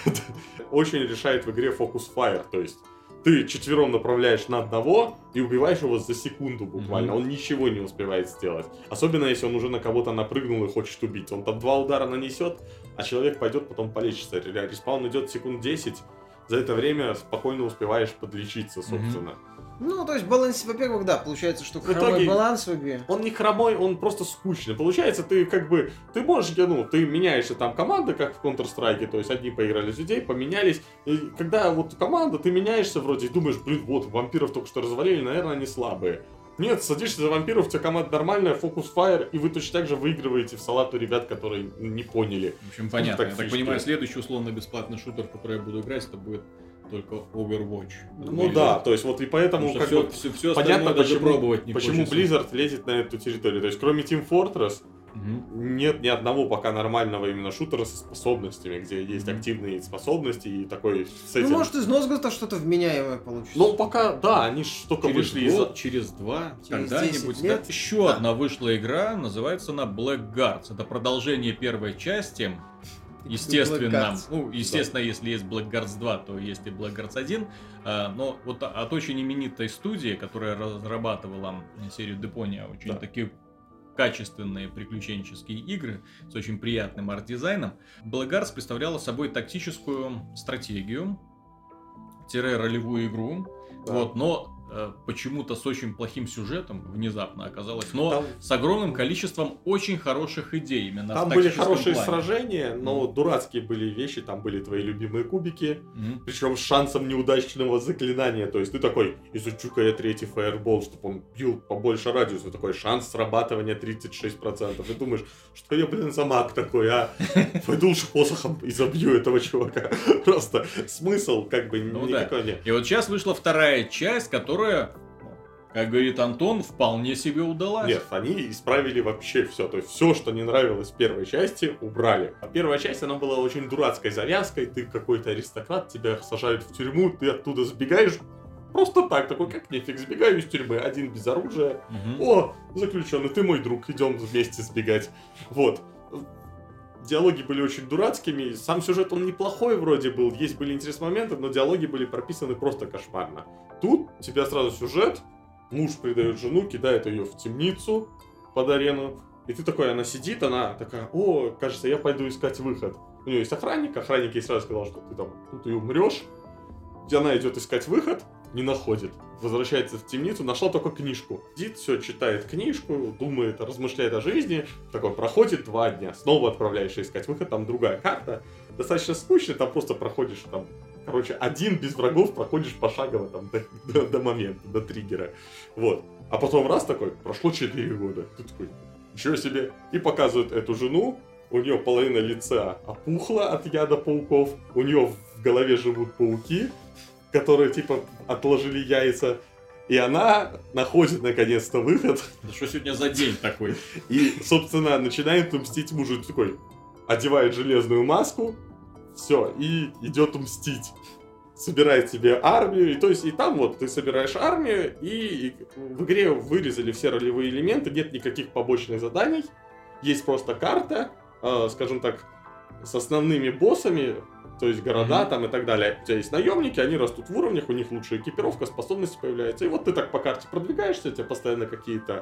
Очень решает в игре фокус фаер, то есть ты четвером направляешь на одного и убиваешь его за секунду буквально.
Мгм.
Он ничего не успевает сделать. Особенно если он уже на кого-то напрыгнул и хочет убить. Он там два удара нанесет, а человек пойдет потом полечится. Ре- Респаун идет секунд десять. За это время спокойно успеваешь подлечиться, собственно.
Ну, то есть баланс, во-первых, да, получается, что
В
хромой
итоге-
баланс в игре.
Он не хромой, он просто скучный. Получается, ты как бы, ты можешь, ну, ты меняешься там команды, как в Counter-Strike, то есть одни поиграли с людей, поменялись. И когда вот команда, ты меняешься вроде и думаешь, блин, вот, вампиров только что развалили, наверное, они слабые. Нет, садишься за вампиров, у тебя команда нормальная, фокус-фаер, и вы точно так же выигрываете в салату ребят, которые не поняли.
В общем, понятно. Я так
тактически.
понимаю, следующий условно-бесплатный шутер, в который я буду играть, это будет только Overwatch.
Ну
Или-
да, то есть вот и поэтому
Потому
как
что
бы...
все, все,
понятно,
даже
почему-
пробовать не
Почему
хочется.
Blizzard лезет на эту территорию? То есть кроме Team Fortress,
Мгм.
нет ни одного пока нормального именно шутера со способностями, где есть
Мгм.
активные способности и такой
Ну,
сеттинг.
может, из Нозгота что-то вменяемое получится.
Ну, пока, да, они ж только
Через
вышли из...
год, через два,
Через
когда-нибудь.
десять лет.
Да, еще
Да.
одна вышла игра, называется она Blackguards. Это продолжение первой части. Естественно,
Blackguards.
ну, естественно, если есть Blackguards два, то есть и Blackguards один. А, Но вот от очень именитой студии, которая разрабатывала серию Deponia, очень
Да.
такие качественные приключенческие игры с очень приятным арт-дизайном, Blackguards представляла собой тактическую стратегию, ролевую игру,
Да.
вот, но э, почему-то с очень плохим сюжетом внезапно оказалось, но
Там-
с огромным количеством очень хороших идей именно
Там
в
были
тактическом
хорошие
плане.
сражения, но дурацкие были вещи, там были твои любимые кубики,
Мгм.
причем с шансом неудачного заклинания, то есть ты такой, изучу-ка я третий фаербол, чтобы он бил побольше радиуса, такой шанс срабатывания тридцать шесть процентов, и думаешь, что я, блин, за маг такой, а? Пойду лучше посохом и забью этого чувака, просто смысл как бы
Ну
никакой нет.
И вот сейчас вышла вторая часть, которая, ну, как говорит Антон, вполне себе удалась.
Нет, они исправили вообще все. То есть все, что не нравилось в первой части, убрали. А первая часть, она была очень дурацкой завязкой. Ты какой-то аристократ, тебя сажают в тюрьму, ты оттуда сбегаешь. Просто так, такой, как нефиг, сбегаю из тюрьмы, один без оружия.
Мгм.
О, заключенный, ты мой друг, идем вместе сбегать. Вот. Диалоги были очень дурацкими, сам сюжет он неплохой вроде был, есть были интересные моменты, но диалоги были прописаны просто кошмарно. Тут у тебя сразу сюжет, муж предает жену, кидает ее в темницу под арену, и ты такой, она сидит, она такая, о, кажется, я пойду искать выход. У нее есть охранник, охранник ей сразу сказал, что ты там тут и умрешь. И она идет искать выход, не находит. Возвращается в темницу, нашла только книжку. Сидит, все, читает книжку, думает, размышляет о жизни. Такой, проходит два дня, снова отправляешься искать выход, там другая карта. Достаточно скучно, там просто проходишь, там, короче, один без врагов проходишь пошагово там до, до, до момента, до триггера. Вот. А потом раз такой, прошло четыре года. Ты такой, ничего себе. И показывают эту жену, у нее половина лица опухла от яда пауков, у нее в голове живут пауки, которые типа отложили яйца, и она находит наконец-то выход,
Да что сегодня за день такой?
и, собственно, начинает мстить мужу. Такой, одевает железную маску, все, и идет мстить. собирает себе армию, и то есть и там вот ты собираешь армию, и, и в игре вырезали все ролевые элементы, нет никаких побочных заданий, есть просто карта, э, скажем так, с основными боссами, то есть города mm-hmm. там и так далее. У тебя есть наемники, они растут в уровнях, у них лучшая экипировка, способности появляются, и вот ты так по карте продвигаешься, у тебя постоянно какие-то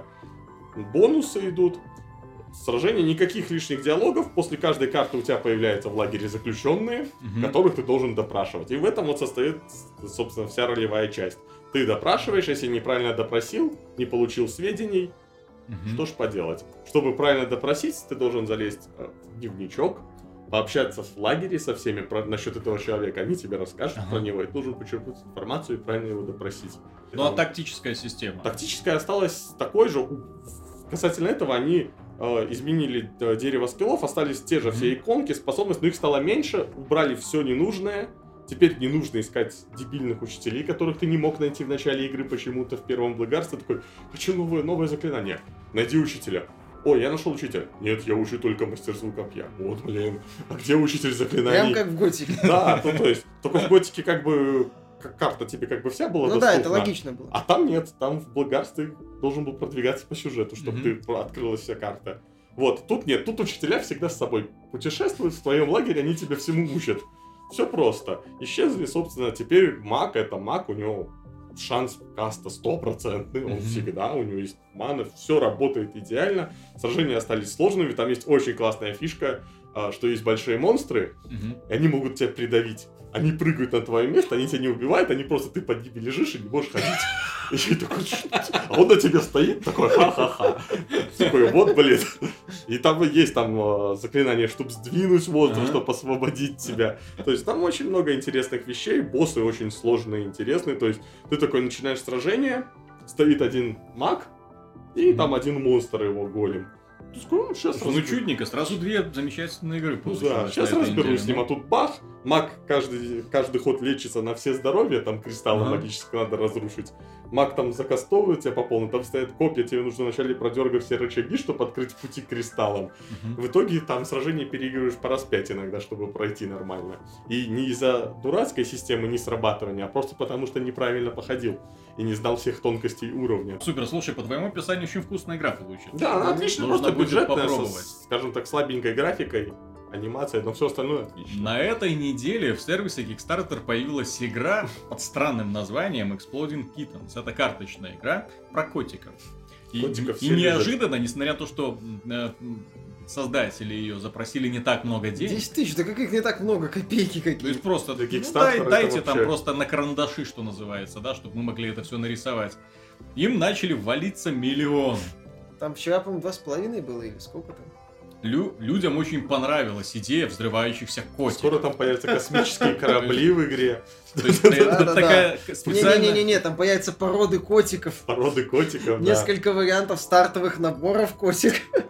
бонусы идут. Сражения, никаких лишних диалогов. После каждой карты у тебя появляются в лагере заключенные, mm-hmm. которых ты должен допрашивать. И в этом вот состоит, собственно, вся ролевая часть. Ты допрашиваешь, если неправильно допросил, не получил сведений, mm-hmm. что ж поделать. Чтобы правильно допросить, ты должен залезть в дневничок, пообщаться в лагере со всеми про, насчет этого человека. Они тебе расскажут ага. про него, и ты должен почерпнуть информацию и правильно его допросить.
Ну а тактическая система?
Тактическая осталась такой же. Касательно этого они э, изменили э, дерево скиллов, остались те же все иконки, способности, но их стало меньше, убрали все ненужное. Теперь не нужно искать дебильных учителей, которых ты не мог найти в начале игры почему-то в первом Blackguards. Ты такой, хочу новое, новое заклинание. Найди учителя. О, я нашел учителя. Нет, я учу только мастерству копья. Вот, блин. А где учитель заклинаний?
Прям как в Готике.
Да, ну то есть, только в Готике как бы карта тебе как бы вся была
ну
доступна.
Ну да, это логично было.
А там нет, там в Blackguards ты должен был продвигаться по сюжету, чтобы mm-hmm. ты открылась вся карта. Вот, тут нет, тут учителя всегда с собой путешествуют, в твоем лагере они тебя всему учат. Все просто. Исчезли, собственно, теперь маг, это маг, у него шанс каста стопроцентный, он mm-hmm. всегда, у него есть мана, все работает идеально. Сражения остались сложными, там есть очень классная фишка, что есть большие монстры, mm-hmm. и они могут тебя придавить. Они прыгают на твое место, они тебя не убивают, они просто, ты под ними лежишь и не можешь ходить. И такой, а он на тебе стоит, такой, ха-ха-ха. Такой, вот, блин. И там есть там заклинание, чтобы сдвинуть воздух, ага. чтобы освободить тебя. То есть там очень много интересных вещей, боссы очень сложные и интересные. То есть ты такой начинаешь сражение, стоит один маг, и mm-hmm. там один монстр его голем. Ты такой, ну, сейчас
ну, разбер... чудненько, сразу две замечательные игры получилось.
Ну, да, сейчас разберусь неделе, с ним, ну... а тут бах, маг каждый, каждый ход лечится на все здоровья, там кристаллы ага. магические надо разрушить. Маг там закастовывает тебя по полной, там стоят копья, тебе нужно вначале продергать все рычаги, чтобы открыть пути к кристаллам. Угу. В итоге там сражение переигрываешь по раз пять иногда, чтобы пройти нормально. И не из-за дурацкой системы не срабатывания, а просто потому, что неправильно походил и не знал всех тонкостей уровня.
Супер, слушай, по твоему описанию очень вкусная игра получилась.
Да, она отлично, просто бюджетная, со, скажем так, слабенькой графикой, анимацией, но все остальное отлично.
На этой неделе в сервисе Kickstarter появилась игра под странным названием Exploding Kittens. Это карточная игра про котиков. И, и неожиданно, несмотря на то, что э, создатели ее запросили не так много денег.
десять тысяч, да каких не так много, копейки какие. То
есть просто ну, дай, дайте там вообще... просто на карандаши, что называется, да, чтобы мы могли это все нарисовать. Им начали валиться миллион.
Там вчера, по-моему, два с половиной было или сколько там?
Лю- людям очень понравилась идея взрывающихся котиков.
Скоро там появятся космические корабли в игре.
То есть это такая специальная...
Не-не-не, там появятся породы котиков.
Породы котиков, да.
Несколько вариантов стартовых наборов котик.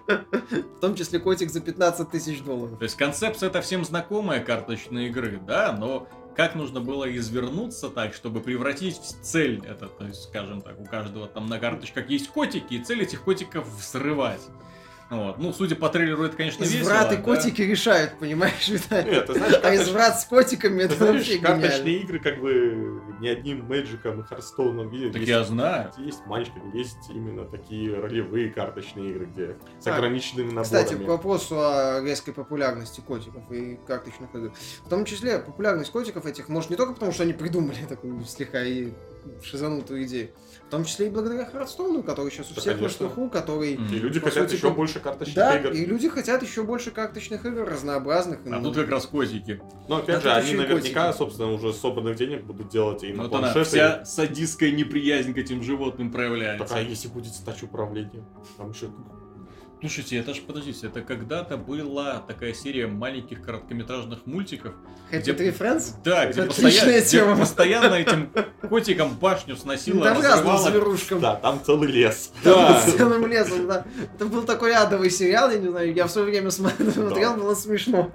В том числе котик за пятнадцать тысяч долларов.
То есть концепция это всем знакомая карточной игры, да, но... Как нужно было извернуться так, чтобы превратить в цель это, то есть, скажем так, у каждого там на карточках есть котики, и цель этих котиков взрывать. Вот. Ну, судя по трейлеру, это, конечно, весело.
Изврат и котики да? решают, понимаешь, Виталий? Нет, ты знаешь, карточ... А изврат с котиками, это знаешь, вообще гениально.
Карточные игры, как бы, не одним Мэджиком и Хардстоуном видят.
Так
есть,
я знаю.
Есть манчками, есть именно такие ролевые карточные игры, где с а, ограниченными наборами.
Кстати, к вопросу о резкой популярности котиков и карточных игр. В том числе, популярность котиков этих, может, не только потому, что они придумали такую слегка и шизанутую идею, в том числе и благодаря Хардстоуну, который сейчас у да, всех на слуху, который...
И люди хотят сути, еще больше карточных
да,
игр.
Да, и люди хотят еще больше карточных игр, разнообразных.
А ну... тут как раз котики.
Но опять а же, они наверняка, котики. собственно, уже с собранных денег будут делать и на планшеты.
Вся садистская неприязнь к этим животным проявляется.
Так, а если будет стач управления? Там еще...
Слушайте, это ж, подождите, это когда-то была такая серия маленьких короткометражных мультиков.
Happy где... Tree Friends?
Да, где, постоя... где постоянно этим котиком башню сносила,
там разрывала. Зверушкам.
Да, там целый лес.
Да, целым лесом, да. Это был такой адовый сериал, я не знаю, я в свое время смотрел, было смешно.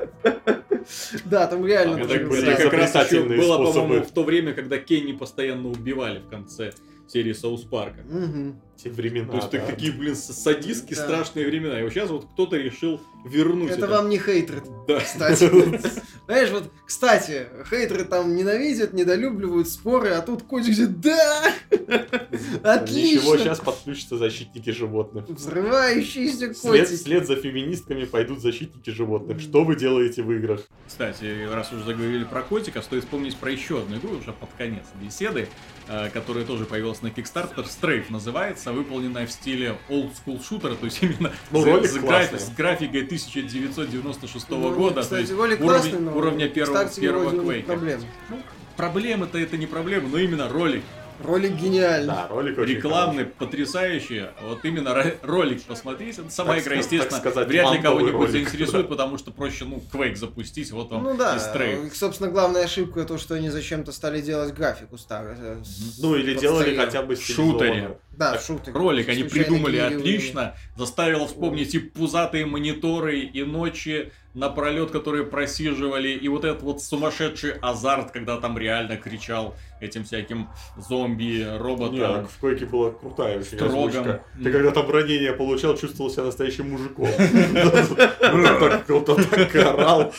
Да, там реально...
Это как раз еще было, по-моему, в то время, когда Кенни постоянно убивали в конце серии Саус Парка.
Угу.
Те времена,
То есть
да.
так, такие, блин, садистские
Да.
страшные времена. И вот сейчас вот кто-то решил вернуть
Это вам не хейтеры,
Да.
кстати. Знаешь, вот, кстати, хейтеры там ненавидят, недолюбливают споры, а тут котик говорит, да! Отлично!
Ничего, сейчас подключатся защитники животных.
Взрывающиеся
Вслед,
котики.
вслед за феминистками пойдут защитники животных. Что вы делаете в играх?
Кстати, раз уже заговорили про котиков, стоит вспомнить про еще одну игру, уже под конец беседы, э, которая тоже появилась на Kickstarter. Strafe называется, выполненная в стиле old school shooter, то есть именно
Ну,
с,
ролик
с графи-
классный.
с графикой тысяча девятьсот девяносто шестого
Ну,
года,
кстати,
то есть
ролик
уровень-
классный, но
уровня первого,
кстати,
первого
вроде
Quake.
проблем.
Ну, проблемы-то это не проблема, но именно ролик.
Ролик гениальный.
Да, ролик очень
Рекламный,
хороший.
потрясающий. Вот именно ро- ролик посмотрите. Сама
Так
игра,
ска-
естественно,
так сказать,
вряд ли
антовый
кого-нибудь
ролик.
заинтересует, потому что проще, ну, Quake запустить, вот вам
Ну да,
и Strafe.
э, собственно, главная ошибка то, что они зачем-то стали делать графику старую. э, с-
Ну или
под
делали
стрелом.
хотя бы
В шутере.
стилизованно.
Да,
Так,
шутер.
Ролик они
Случайно
придумали
генерировали.
отлично, заставило вспомнить и пузатые мониторы, и ночи напролет, которые просиживали, и вот этот вот сумасшедший азарт, когда там реально кричал этим всяким зомби, роботам.
Нет, в Койке была крутая очень
Строгом.
озвучка. Ты когда там ранение получал, чувствовал себя настоящим мужиком. Так круто, так орал.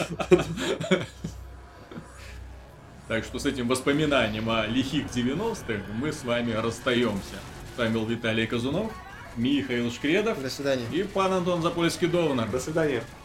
Так что с этим воспоминанием о лихих девяностых мы с вами расстаемся. С вами был Виталий Казунов, Михаил Шкредов
До свидания.
и пан Антон Запольский-Довнар.
До свидания.